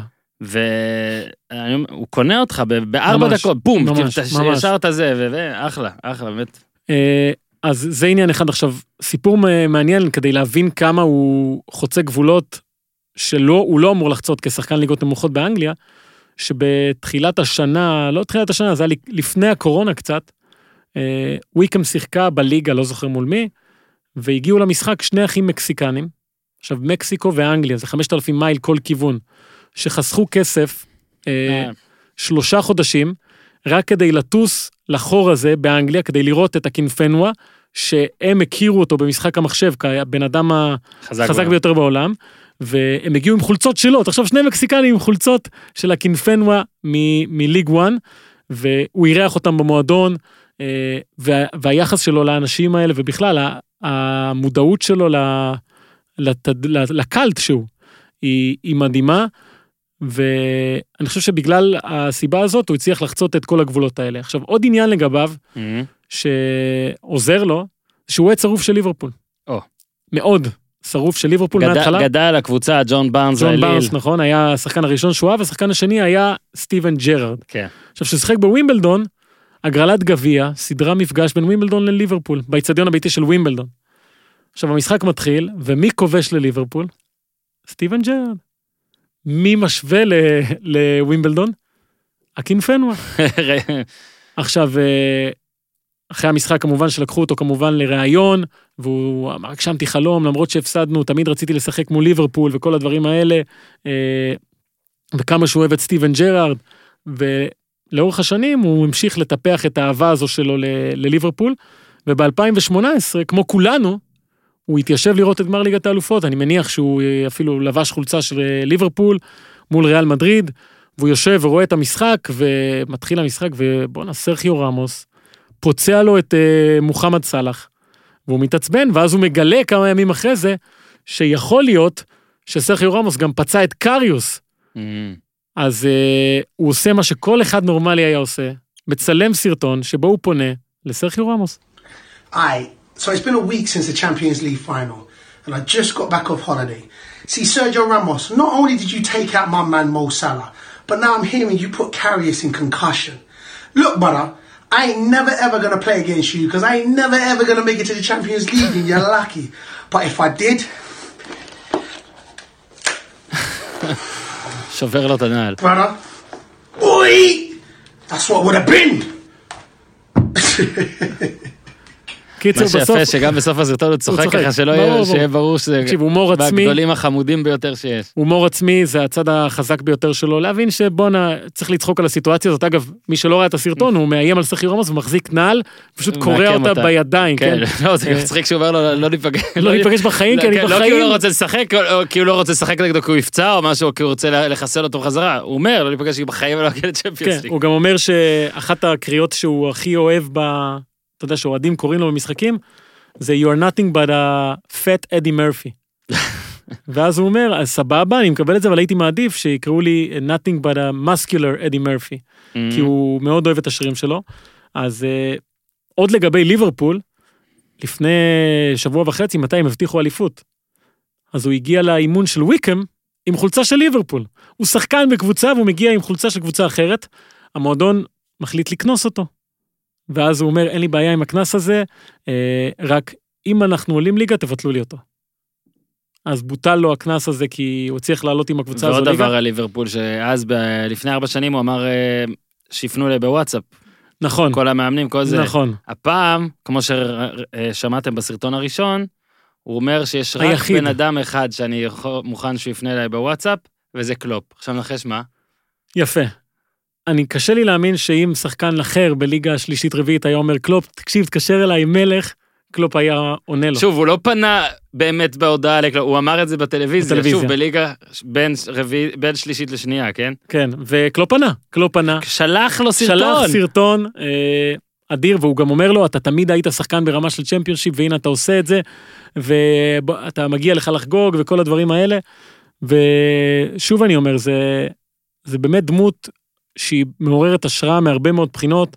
והוא קונה אותך בארבע דקות, בום, ישרת זה, ואחלה, אחלה, באמת. אז זה עניין אחד עכשיו, סיפור מעניין כדי להבין כמה הוא חוצה גבולות, שהוא לא אמור לחצות כשחקן ליגות נמוכות באנגליה, שבתחילת השנה, לא תחילת השנה, זה היה לפני הקורונה קצת, וויקם שיחקה בליגה, לא זוכר מול מי, והגיעו למשחק שני אחים מקסיקנים, עכשיו מקסיקו ואנגליה, זה חמשת אלפים מייל כל כיוון, שחסכו כסף אה, שלושה חודשים, רק כדי לטוס לחור הזה באנגליה, כדי לראות את הקינפנווה, שהם הכירו אותו במשחק המחשב, כבן אדם החזק ביותר בעולם, והם הגיעו עם חולצות שלו, עכשיו שני מקסיקנים עם חולצות של הקינפנווה מליג אחת, והוא אירח אותם במועדון, וה, והיחס שלו לאנשים האלה, ובכלל, המודעות שלו לתד, לקלט שהוא, היא, היא מדהימה, ואני חושב שבגלל הסיבה הזאת, הוא הצליח לחצות את כל הגבולות האלה. עכשיו, עוד עניין לגביו, mm-hmm. שעוזר לו, שהוא היה צרוף של ליברפול. Oh. מאוד. שרוף של ליברפול גד... מההתחלה. גדל הקבוצה, ג'ון בארנס. ג'ון בארנס, נכון, היה השחקן הראשון שהוא אהב, השחקן השני היה סטיבן ג'רארד. כן. עכשיו, ששחק בווימבלדון, הגרלת גביע, סדרה מפגש בין ווימבלדון לליברפול, באצטדיון הביתי של ווימבלדון. עכשיו, המשחק מתחיל, ומי כובש לליברפול? סטיבן ג'רארד. מי משווה לווימבלדון? הקינפנווה. עכשיו, אחרי המשחק כמובן שלקחו אותו כמובן לראיון, והוא אמר, הגשמתי חלום, למרות שהפסדנו, תמיד רציתי לשחק מול ליברפול וכל הדברים האלה, וכמה שהוא אוהב את סטיבן ג'רארד, ולאורך השנים הוא המשיך לטפח את האהבה הזו שלו לליברפול, וב-אלפיים ושמונה עשרה, כמו כולנו, הוא התיישב לראות את גמר ליגת האלופות, אני מניח שהוא אפילו לבש חולצה של ליברפול, מול ריאל מדריד, והוא יושב ורואה את המשחק, ומתחיל המשחק, ובואנה, סרחיו רמוס, פוצע לו את uh, מוחמד סלאח, והוא מתעצבן, ואז הוא מגלה כמה ימים אחרי זה, שיכול להיות שסרחיו רמוס גם פצע את קריוס. Mm-hmm. אז uh, הוא עושה מה שכל אחד נורמלי היה עושה, מצלם סרטון שבו הוא פונה לסרחיו רמוס. Aye, so it's been a week since the Champions League final, and I just got back off holiday. See, Sergio Ramos, not only did you take out my man Mo Salah, but now I'm hearing you put Karius in concussion. Look, brother, I ain't never ever gonna play against you because I ain't never ever gonna make it to the Champions League and you're lucky. But if I did... שובר לו את הנעל. Brother, oi! That's what would have been! מה שיפה שגם בסוף הסרטון הוא צוחק ככה שלא יהיה ברור שזה בגדולים החמודים ביותר שיש. הומור עצמי זה הצד החזק ביותר שלו, להבין שבונה צריך לצחוק על הסיטואציה הזאת, אגב מי שלא ראה את הסרטון הוא מאיים על סרחיו רמוס ומחזיק נעל, פשוט קורע אותה בידיים. כן, לא, זה מצחיק שהוא אומר לו לא ניפגש. לא ניפגש בחיים, כי אני בחיים. לא כי הוא לא רוצה לשחק, כי הוא לא רוצה לשחק נגדו כי הוא יפצע או משהו, כי הוא רוצה לחסל אותו בחזרה, הוא אומר לא ניפגש בחיים ולא יגיע לצ'מפיונס ליג. הוא גם אומר שאחת הקריאות שהוא הכי אוהב ב אתה יודע שאוהדים קוראים לו במשחקים, זה you are nothing but a fat Eddie Murphy. ואז הוא אומר, אז סבבה, אני מקבל את זה, אבל הייתי מעדיף שיקראו לי nothing but a muscular Eddie Murphy, mm-hmm. כי הוא מאוד אוהב את השירים שלו. אז uh, עוד לגבי ליברפול, לפני שבוע וחצי, מתי הם הבטיחו אליפות? אז הוא הגיע לאימון של ויקם עם חולצה של ליברפול. הוא שחקן בקבוצה, והוא מגיע עם חולצה של קבוצה אחרת, המועדון מחליט לקנוס אותו. ואז הוא אומר, אין לי בעיה עם הכנס הזה, רק אם אנחנו עולים ליגה, תבטלו לי אותו. אז בוטל לו הכנס הזה, כי הוא צריך לעלות עם הקבוצה הזו ליגה. ועוד דבר על ליברפול, שאז לפני ארבע שנים הוא אמר, שיפנו לי בוואטסאפ. נכון. כל המאמנים, כל זה. נכון. הפעם, כמו ששמעתם בסרטון הראשון, הוא אומר שיש רק בן אדם אחד שאני מוכן שהוא יפנה אליי בוואטסאפ, וזה קלופ. עכשיו נחש מה? יפה. אני קשה לי להאמין שאם שחקן אחר בליגה השלישית רביעית היה אומר קלופ, תקשיב, תקשר אליי מלך, קלופ היה עונה לו. שוב, הוא לא פנה באמת בהודעה לקלופ, הוא אמר את זה בטלוויזיה, בטלוויזיה. שוב, בליגה בין, רביע, בין שלישית לשנייה, כן? כן, וקלופ פנה, קלופ פנה. שלח לו סרטון. שלח סרטון אה, אדיר, והוא גם אומר לו, אתה תמיד היית שחקן ברמה של צ'מפיונשיפ, והנה אתה עושה את זה, ואתה מגיע לך לחגוג, וכל הדברים האלה, ושוב אני אומר, זה, זה באמת דמות שהיא מעוררת השראה מהרבה מאוד בחינות,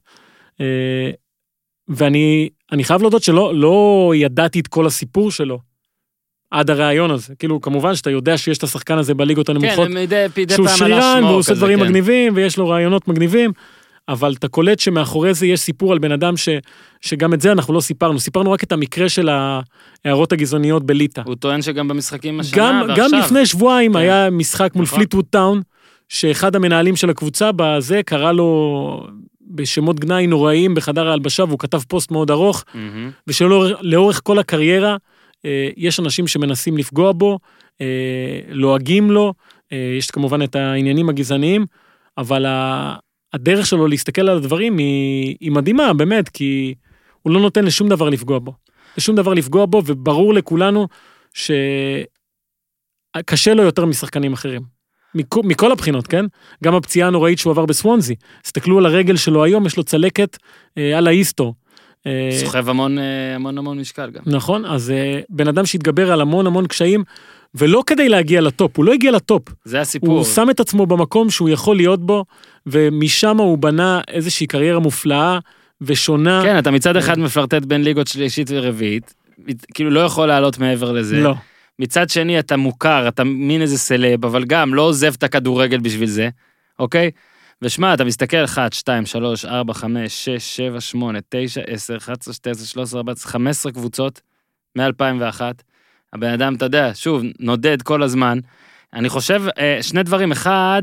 ואני אני חייב להודות שלא לא ידעתי את כל הסיפור שלו, עד הרעיון הזה. כאילו, כמובן שאתה יודע שיש את השחקן הזה בליגות הנמוכות, כן, שהוא שרירן, והוא עושה דברים כן. מגניבים, ויש לו רעיונות מגניבים, אבל אתה קולט שמאחורי זה יש סיפור על בן אדם ש, שגם את זה אנחנו לא סיפרנו, סיפרנו רק את המקרה של ההערות הגזעניות בליטה. הוא טוען שגם במשחקים השנה גם, ועכשיו. גם לפני שבועיים כן. היה משחק מול נכון. פליטווד טאון, שאחד המנהלים של הקבוצה בזה קרא לו בשמות גנאי נוראיים בחדר ההלבשה, והוא כתב פוסט מאוד ארוך, mm-hmm. ושלאורך כל הקריירה, יש אנשים שמנסים לפגוע בו, לועגים לו, יש כמובן את העניינים הגזעניים, אבל הדרך שלו להסתכל על הדברים היא, היא מדהימה, באמת, כי הוא לא נותן לשום דבר לפגוע בו. לשום דבר לפגוע בו, וברור לכולנו שקשה לו יותר משחקנים אחרים. מכל, מכל הבחינות, כן? גם הפציעה הנוראית שהוא עבר בסוונזי. הסתכלו על הרגל שלו היום, יש לו צלקת אה, על ההיסטור. אה, סוחב המון, אה, המון המון משקל גם. נכון, אז אה, בן אדם שהתגבר על המון המון קשיים, ולא כדי להגיע לטופ, הוא לא הגיע לטופ. זה הסיפור. הוא שם את עצמו במקום שהוא יכול להיות בו, ומשם הוא בנה איזושהי קריירה מופלאה ושונה. כן, אתה מצד אחד מפלרטט בין ליגות שלישית ורביעית, כאילו לא יכול לעלות מעבר לזה. לא. מצד שני אתה מוכר, אתה מין איזה סלב, אבל גם לא עוזב את הכדורגל בשביל זה, אוקיי? ושמע, אתה מסתכל אחת, שתיים, שלוש, ארבע, חמש, שש, שבע, שמונה, תשע, עשר, אחת עשרה, שתים עשרה, שלוש עשרה, ארבע עשרה, חמש עשרה קבוצות, מ-אלפיים ואחת. הבן אדם, אתה יודע, שוב, נודד כל הזמן. אני חושב, שני דברים, אחד,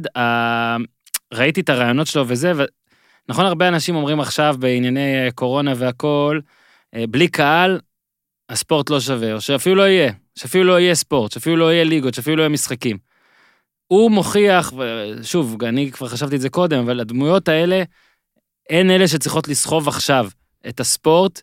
ראיתי את הרעיונות שלו וזה, ונכון, הרבה אנשים אומרים עכשיו בענייני קורונה והכל, בלי קהל, הספורט לא שווה, או שאפילו לא יהיה, שאפילו לא יהיה ספורט, שאפילו לא יהיה ליגות, שאפילו לא יהיה משחקים. הוא מוכיח, שוב, אני כבר חשבתי את זה קודם, אבל הדמויות האלה, הן אלה שצריכות לסחוב עכשיו את הספורט,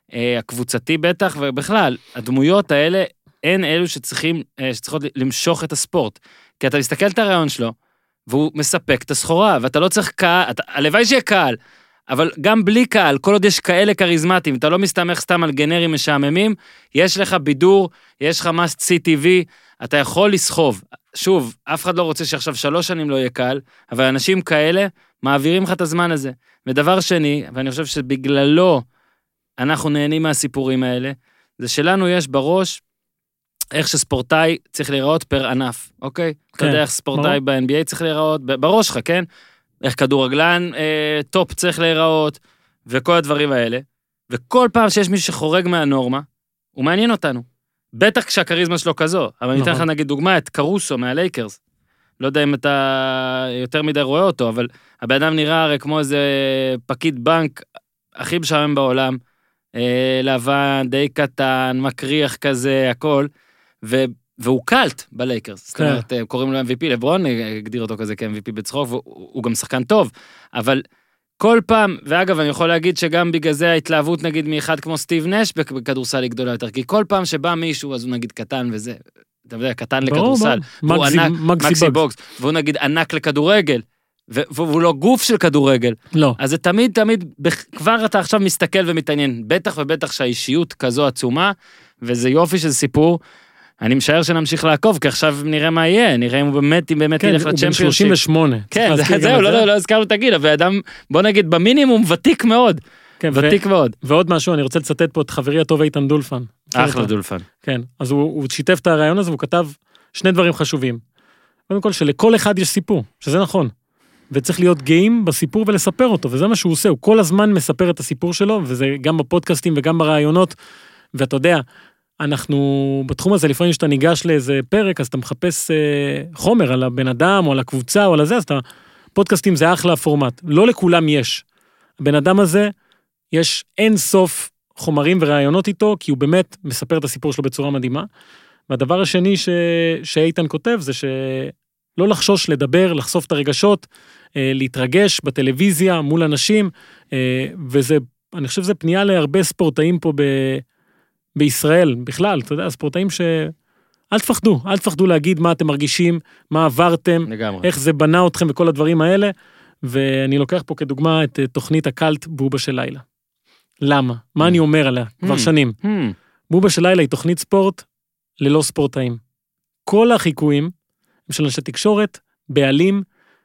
הקבוצתי בטח, ובכלל, הדמויות האלה, הן אלו שצריכים, שצריכות למשוך את הספורט. כי אתה מסתכל את הרעיון שלו, והוא מספק את הסחורה, ואתה לא צריך קהל, הלוואי שיהיה קהל, אבל גם בלי קהל, כל עוד יש כאלה קריזמטיים, אתה לא מסתמך סתם על גנרים משעממים, יש לך בידור, יש לך must see טי וי, אתה יכול לסחוב. שוב, אף אחד לא רוצה שעכשיו שלוש שנים לא יהיה קהל, אבל אנשים כאלה מעבירים לך את הזמן הזה. ודבר שני, ואני חושב שבגללו אנחנו נהנים מהסיפורים האלה, זה שלנו יש בראש איך שספורטאי צריך להיראות פר ענף, אוקיי? כן, אתה יודע איך ספורטאי ב-אן בי איי צריך להיראות, בראש לך, כן? איך כדורגלן אה, טופ צריך להיראות, וכל הדברים האלה. וכל פעם שיש מישהו שחורג מהנורמה, הוא מעניין אותנו. בטח כשהקריזמה שלו כזו. אבל אני אתן לך נגיד דוגמה, את קרוסו מהלייקרס. לא יודע אם אתה יותר מדי רואה אותו, אבל הבן אדם נראה הרי כמו איזה פקיד בנק הכי משעמם בעולם, אה, לבן, די קטן, מקריח כזה, הכל, ו... והוא קלט בלייקרס, זאת אומרת, קוראים לו אם וי פי, לברון הגדיר אותו כזה כ-אם וי פי בצחוק, והוא גם שחקן טוב, אבל כל פעם, ואגב, אני יכול להגיד שגם בגלל זה ההתלהבות, נגיד, מאחד כמו סטיב נש, בכדורסל גדולה יותר, כי כל פעם שבא מישהו, אז הוא נגיד קטן וזה, אתה יודע, קטן לכדורסל, והוא ענק, מקסי בוקס, והוא נגיד ענק לכדורגל, והוא לא גוף של כדורגל, לא. אז זה תמיד, תמיד, כבר אתה עכשיו מסתכל ומתעניין, בטח ובטח שהאישיות כזו עצומה, וזה יופי של סיפור, אני משער שנמשיך לעקוב, כי עכשיו נראה מה יהיה, נראה אם הוא באמת, אם באמת ילך לצ'מפיונשיפ. כן, הוא בן שלושים ושמונה. כן, זהו, לא, לא, לא הזכרנו את הגיל, אבל אדם, בוא נגיד, במינימום ותיק מאוד. כן, ותיק מאוד. ועוד משהו, אני רוצה לצטט פה את חברי הטוב איתן דולפן. אחלה דולפן. כן, אז הוא שיתף את הרעיון הזה, והוא כתב שני דברים חשובים. קודם כל, שלכל אחד יש סיפור, שזה נכון. וצריך להיות גאים בסיפור ולספר אותו, וזה מה שהוא עושה, הוא כל הזמן מספר את הסיפור שלו, וזה גם בפודקאסטים וגם ברעיונות, ואתה יודע, אנחנו, בתחום הזה, לפעמים שאתה ניגש לאיזה פרק, אז אתה מחפש אה, חומר על הבן אדם, או על הקבוצה, או על הזה, אז אתה, פודקאסטים זה אחלה הפורמט. לא לכולם יש. הבן אדם הזה, יש אין סוף חומרים ורעיונות איתו, כי הוא באמת מספר את הסיפור שלו בצורה מדהימה. והדבר השני ש... שאיתן כותב, זה שלא לחשוש לדבר, לחשוף את הרגשות, אה, להתרגש בטלוויזיה, מול אנשים, אה, וזה, אני חושב, זה פנייה להרבה ספורטאים פה ב... בישראל, בכלל, אתה יודע, ספורטאים ש... אל תפחדו, אל תפחדו להגיד מה אתם מרגישים, מה עברתם, לגמרי. איך זה בנה אתכם וכל הדברים האלה, ואני לוקח פה כדוגמה את תוכנית הקלט בובה של לילה. למה? מה אני אומר עליה? כבר שנים. בובה של לילה היא תוכנית ספורט ללא ספורטאים. כל החיקויים הם של אנשי תקשורת, בעלים,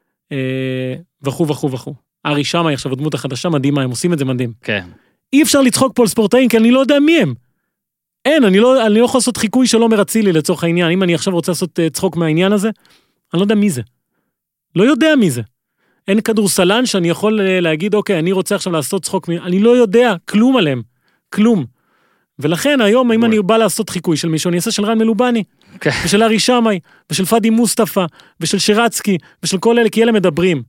וכו וכו וכו. ארי שמאי עכשיו הדמות החדשה מדהימה, הם עושים את זה מדהים. כן. אי אפשר לצחוק פה על ספורטאים, כי אני לא יודע מי הם. אין, אני לא, אני לא יכול לעשות חיקוי שלא מרצי לי לצורך העניין. אם אני עכשיו רוצה לעשות צחוק מהעניין הזה, אני לא יודע מי זה. לא יודע מי זה. אין כדורסלן שאני יכול להגיד, אוקיי, אני רוצה עכשיו לעשות צחוק, אני לא יודע כלום עליהם. כלום. ולכן היום, אם אני בא לעשות חיקוי של מישהו, אני אעשה של רן מלובני, ושל ארי שמאי, ושל פאדי מוסטפא, ושל שירצקי, ושל כל אלה, כי אלה מדברים,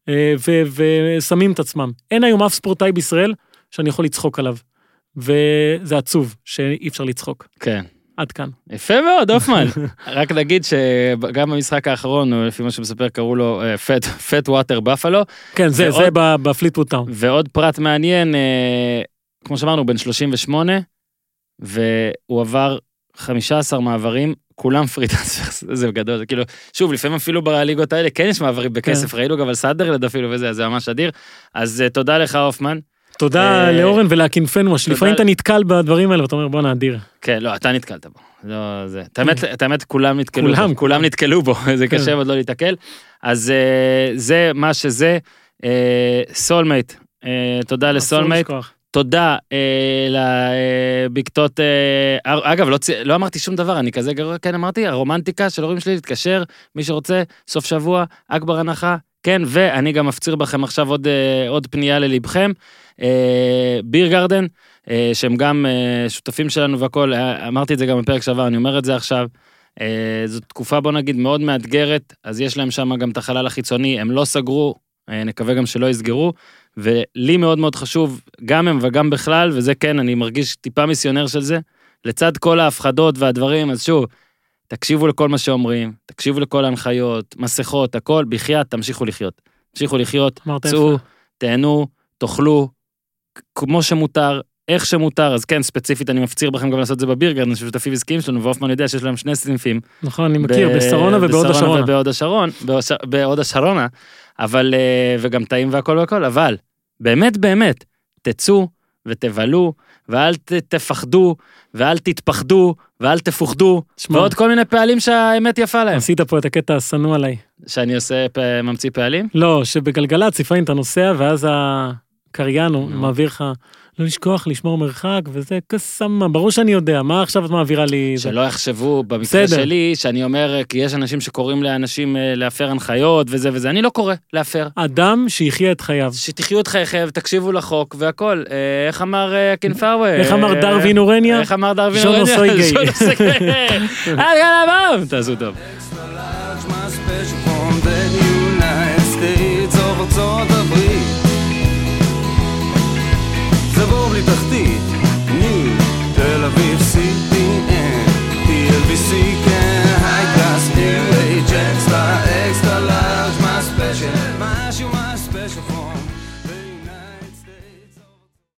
ושמים את עצמם. אין היום אף ספורטאי בישראל שאני יכול לצחוק עליו. וזה עצוב שאי אפשר לצחוק. כן. עד כאן. יפה מאוד, אופמן. רק נגיד שגם במשחק האחרון, לפי מה שמספר, קראו לו פט ווטר בפלו. כן, זה בפליטווד טאון. ועוד פרט מעניין, כמו שאמרנו, בן שלושים ושמונה, והוא עבר חמישה עשר מעברים, כולם פרי טרנספר, זה גדול, זה כאילו, שוב, לפעמים אפילו בליגות האלה, כן יש מעברים בכסף, ראינו גם על סאדרלד אפילו וזה, זה ממש אדיר. אז תודה לך, הופמן. תודה לאורן ולהכינפנו, שלפעמים אתה נתקל בדברים האלה, ואתה אומר, בוא נאדיר. כן, לא, אתה נתקלת בו. לא, זה. את האמת, כולם נתקלו בו. כולם נתקלו בו, זה קשה עוד לא להתקל. אז זה מה שזה, סולמייט, תודה לסולמייט. תודה לבקתות, אגב, לא אמרתי שום דבר, אני כזה גרוע, כן אמרתי, הרומנטיקה של הורים שלי להתקשר, מי שרוצה, סוף שבוע, אכבר הנחה, כן, ואני גם מפציר בכם עכשיו עוד, עוד פנייה ללבכם, ביר גרדן, שהם גם שותפים שלנו והכל, אמרתי את זה גם בפרק שעבר, אני אומר את זה עכשיו, זו תקופה בוא נגיד מאוד מאתגרת, אז יש להם שם גם את החלל החיצוני, הם לא סגרו, נקווה גם שלא יסגרו, ולי מאוד מאוד חשוב, גם הם וגם בכלל, וזה כן, אני מרגיש טיפה מיסיונר של זה, לצד כל ההפחדות והדברים, אז שוב, תקשיבו לכל מה שאומרים, תקשיבו לכל ההנחיות, מסכות, הכל, בחייאת, תמשיכו לחיות. תמשיכו לחיות, צאו, תהנו, תאכלו, כמו שמותר, איך שמותר, אז כן, ספציפית, אני מפציר בכם גם לעשות את זה בבירגרד, ששותפים עסקיים שלנו, ואופמן יודע שיש להם שני סניפים. נכון, אני מכיר, בשרונה ובעוד השרונה. ובעוד השרון, בעוד השרונה, אבל, וגם טעים והכל והכל, אבל, באמת, באמת, תצאו ותבלו, ואל תפחדו, ואל תתפחדו, ואל תפוחדו, ועוד כל מיני פעלים שהאמת יפה להם. עשית פה את הקטע הסנוע עליי. שאני עושה ממציא פעלים? לא, שבגלגלת ציפאין אתה נוסע, ואז הקריינו מעביר לך, לא לשכוח, לשמור מרחק, וזה קסמה, ברור שאני יודע, מה עכשיו את מעבירה לי? שלא יחשבו במקרה שלי, שאני אומר, כי יש אנשים שקוראים לאנשים להפר הנחיות, וזה וזה, אני לא קורא להפר. אדם שיחיה את חייו. שתחיו את חייכם, תקשיבו לחוק, והכל. איך אמר קינפאווי? איך אמר דרווין אורניה? איך אמר דרווין אורניה? ז'ון נוסוי גיי. עד כאן הבא! תעשו טוב.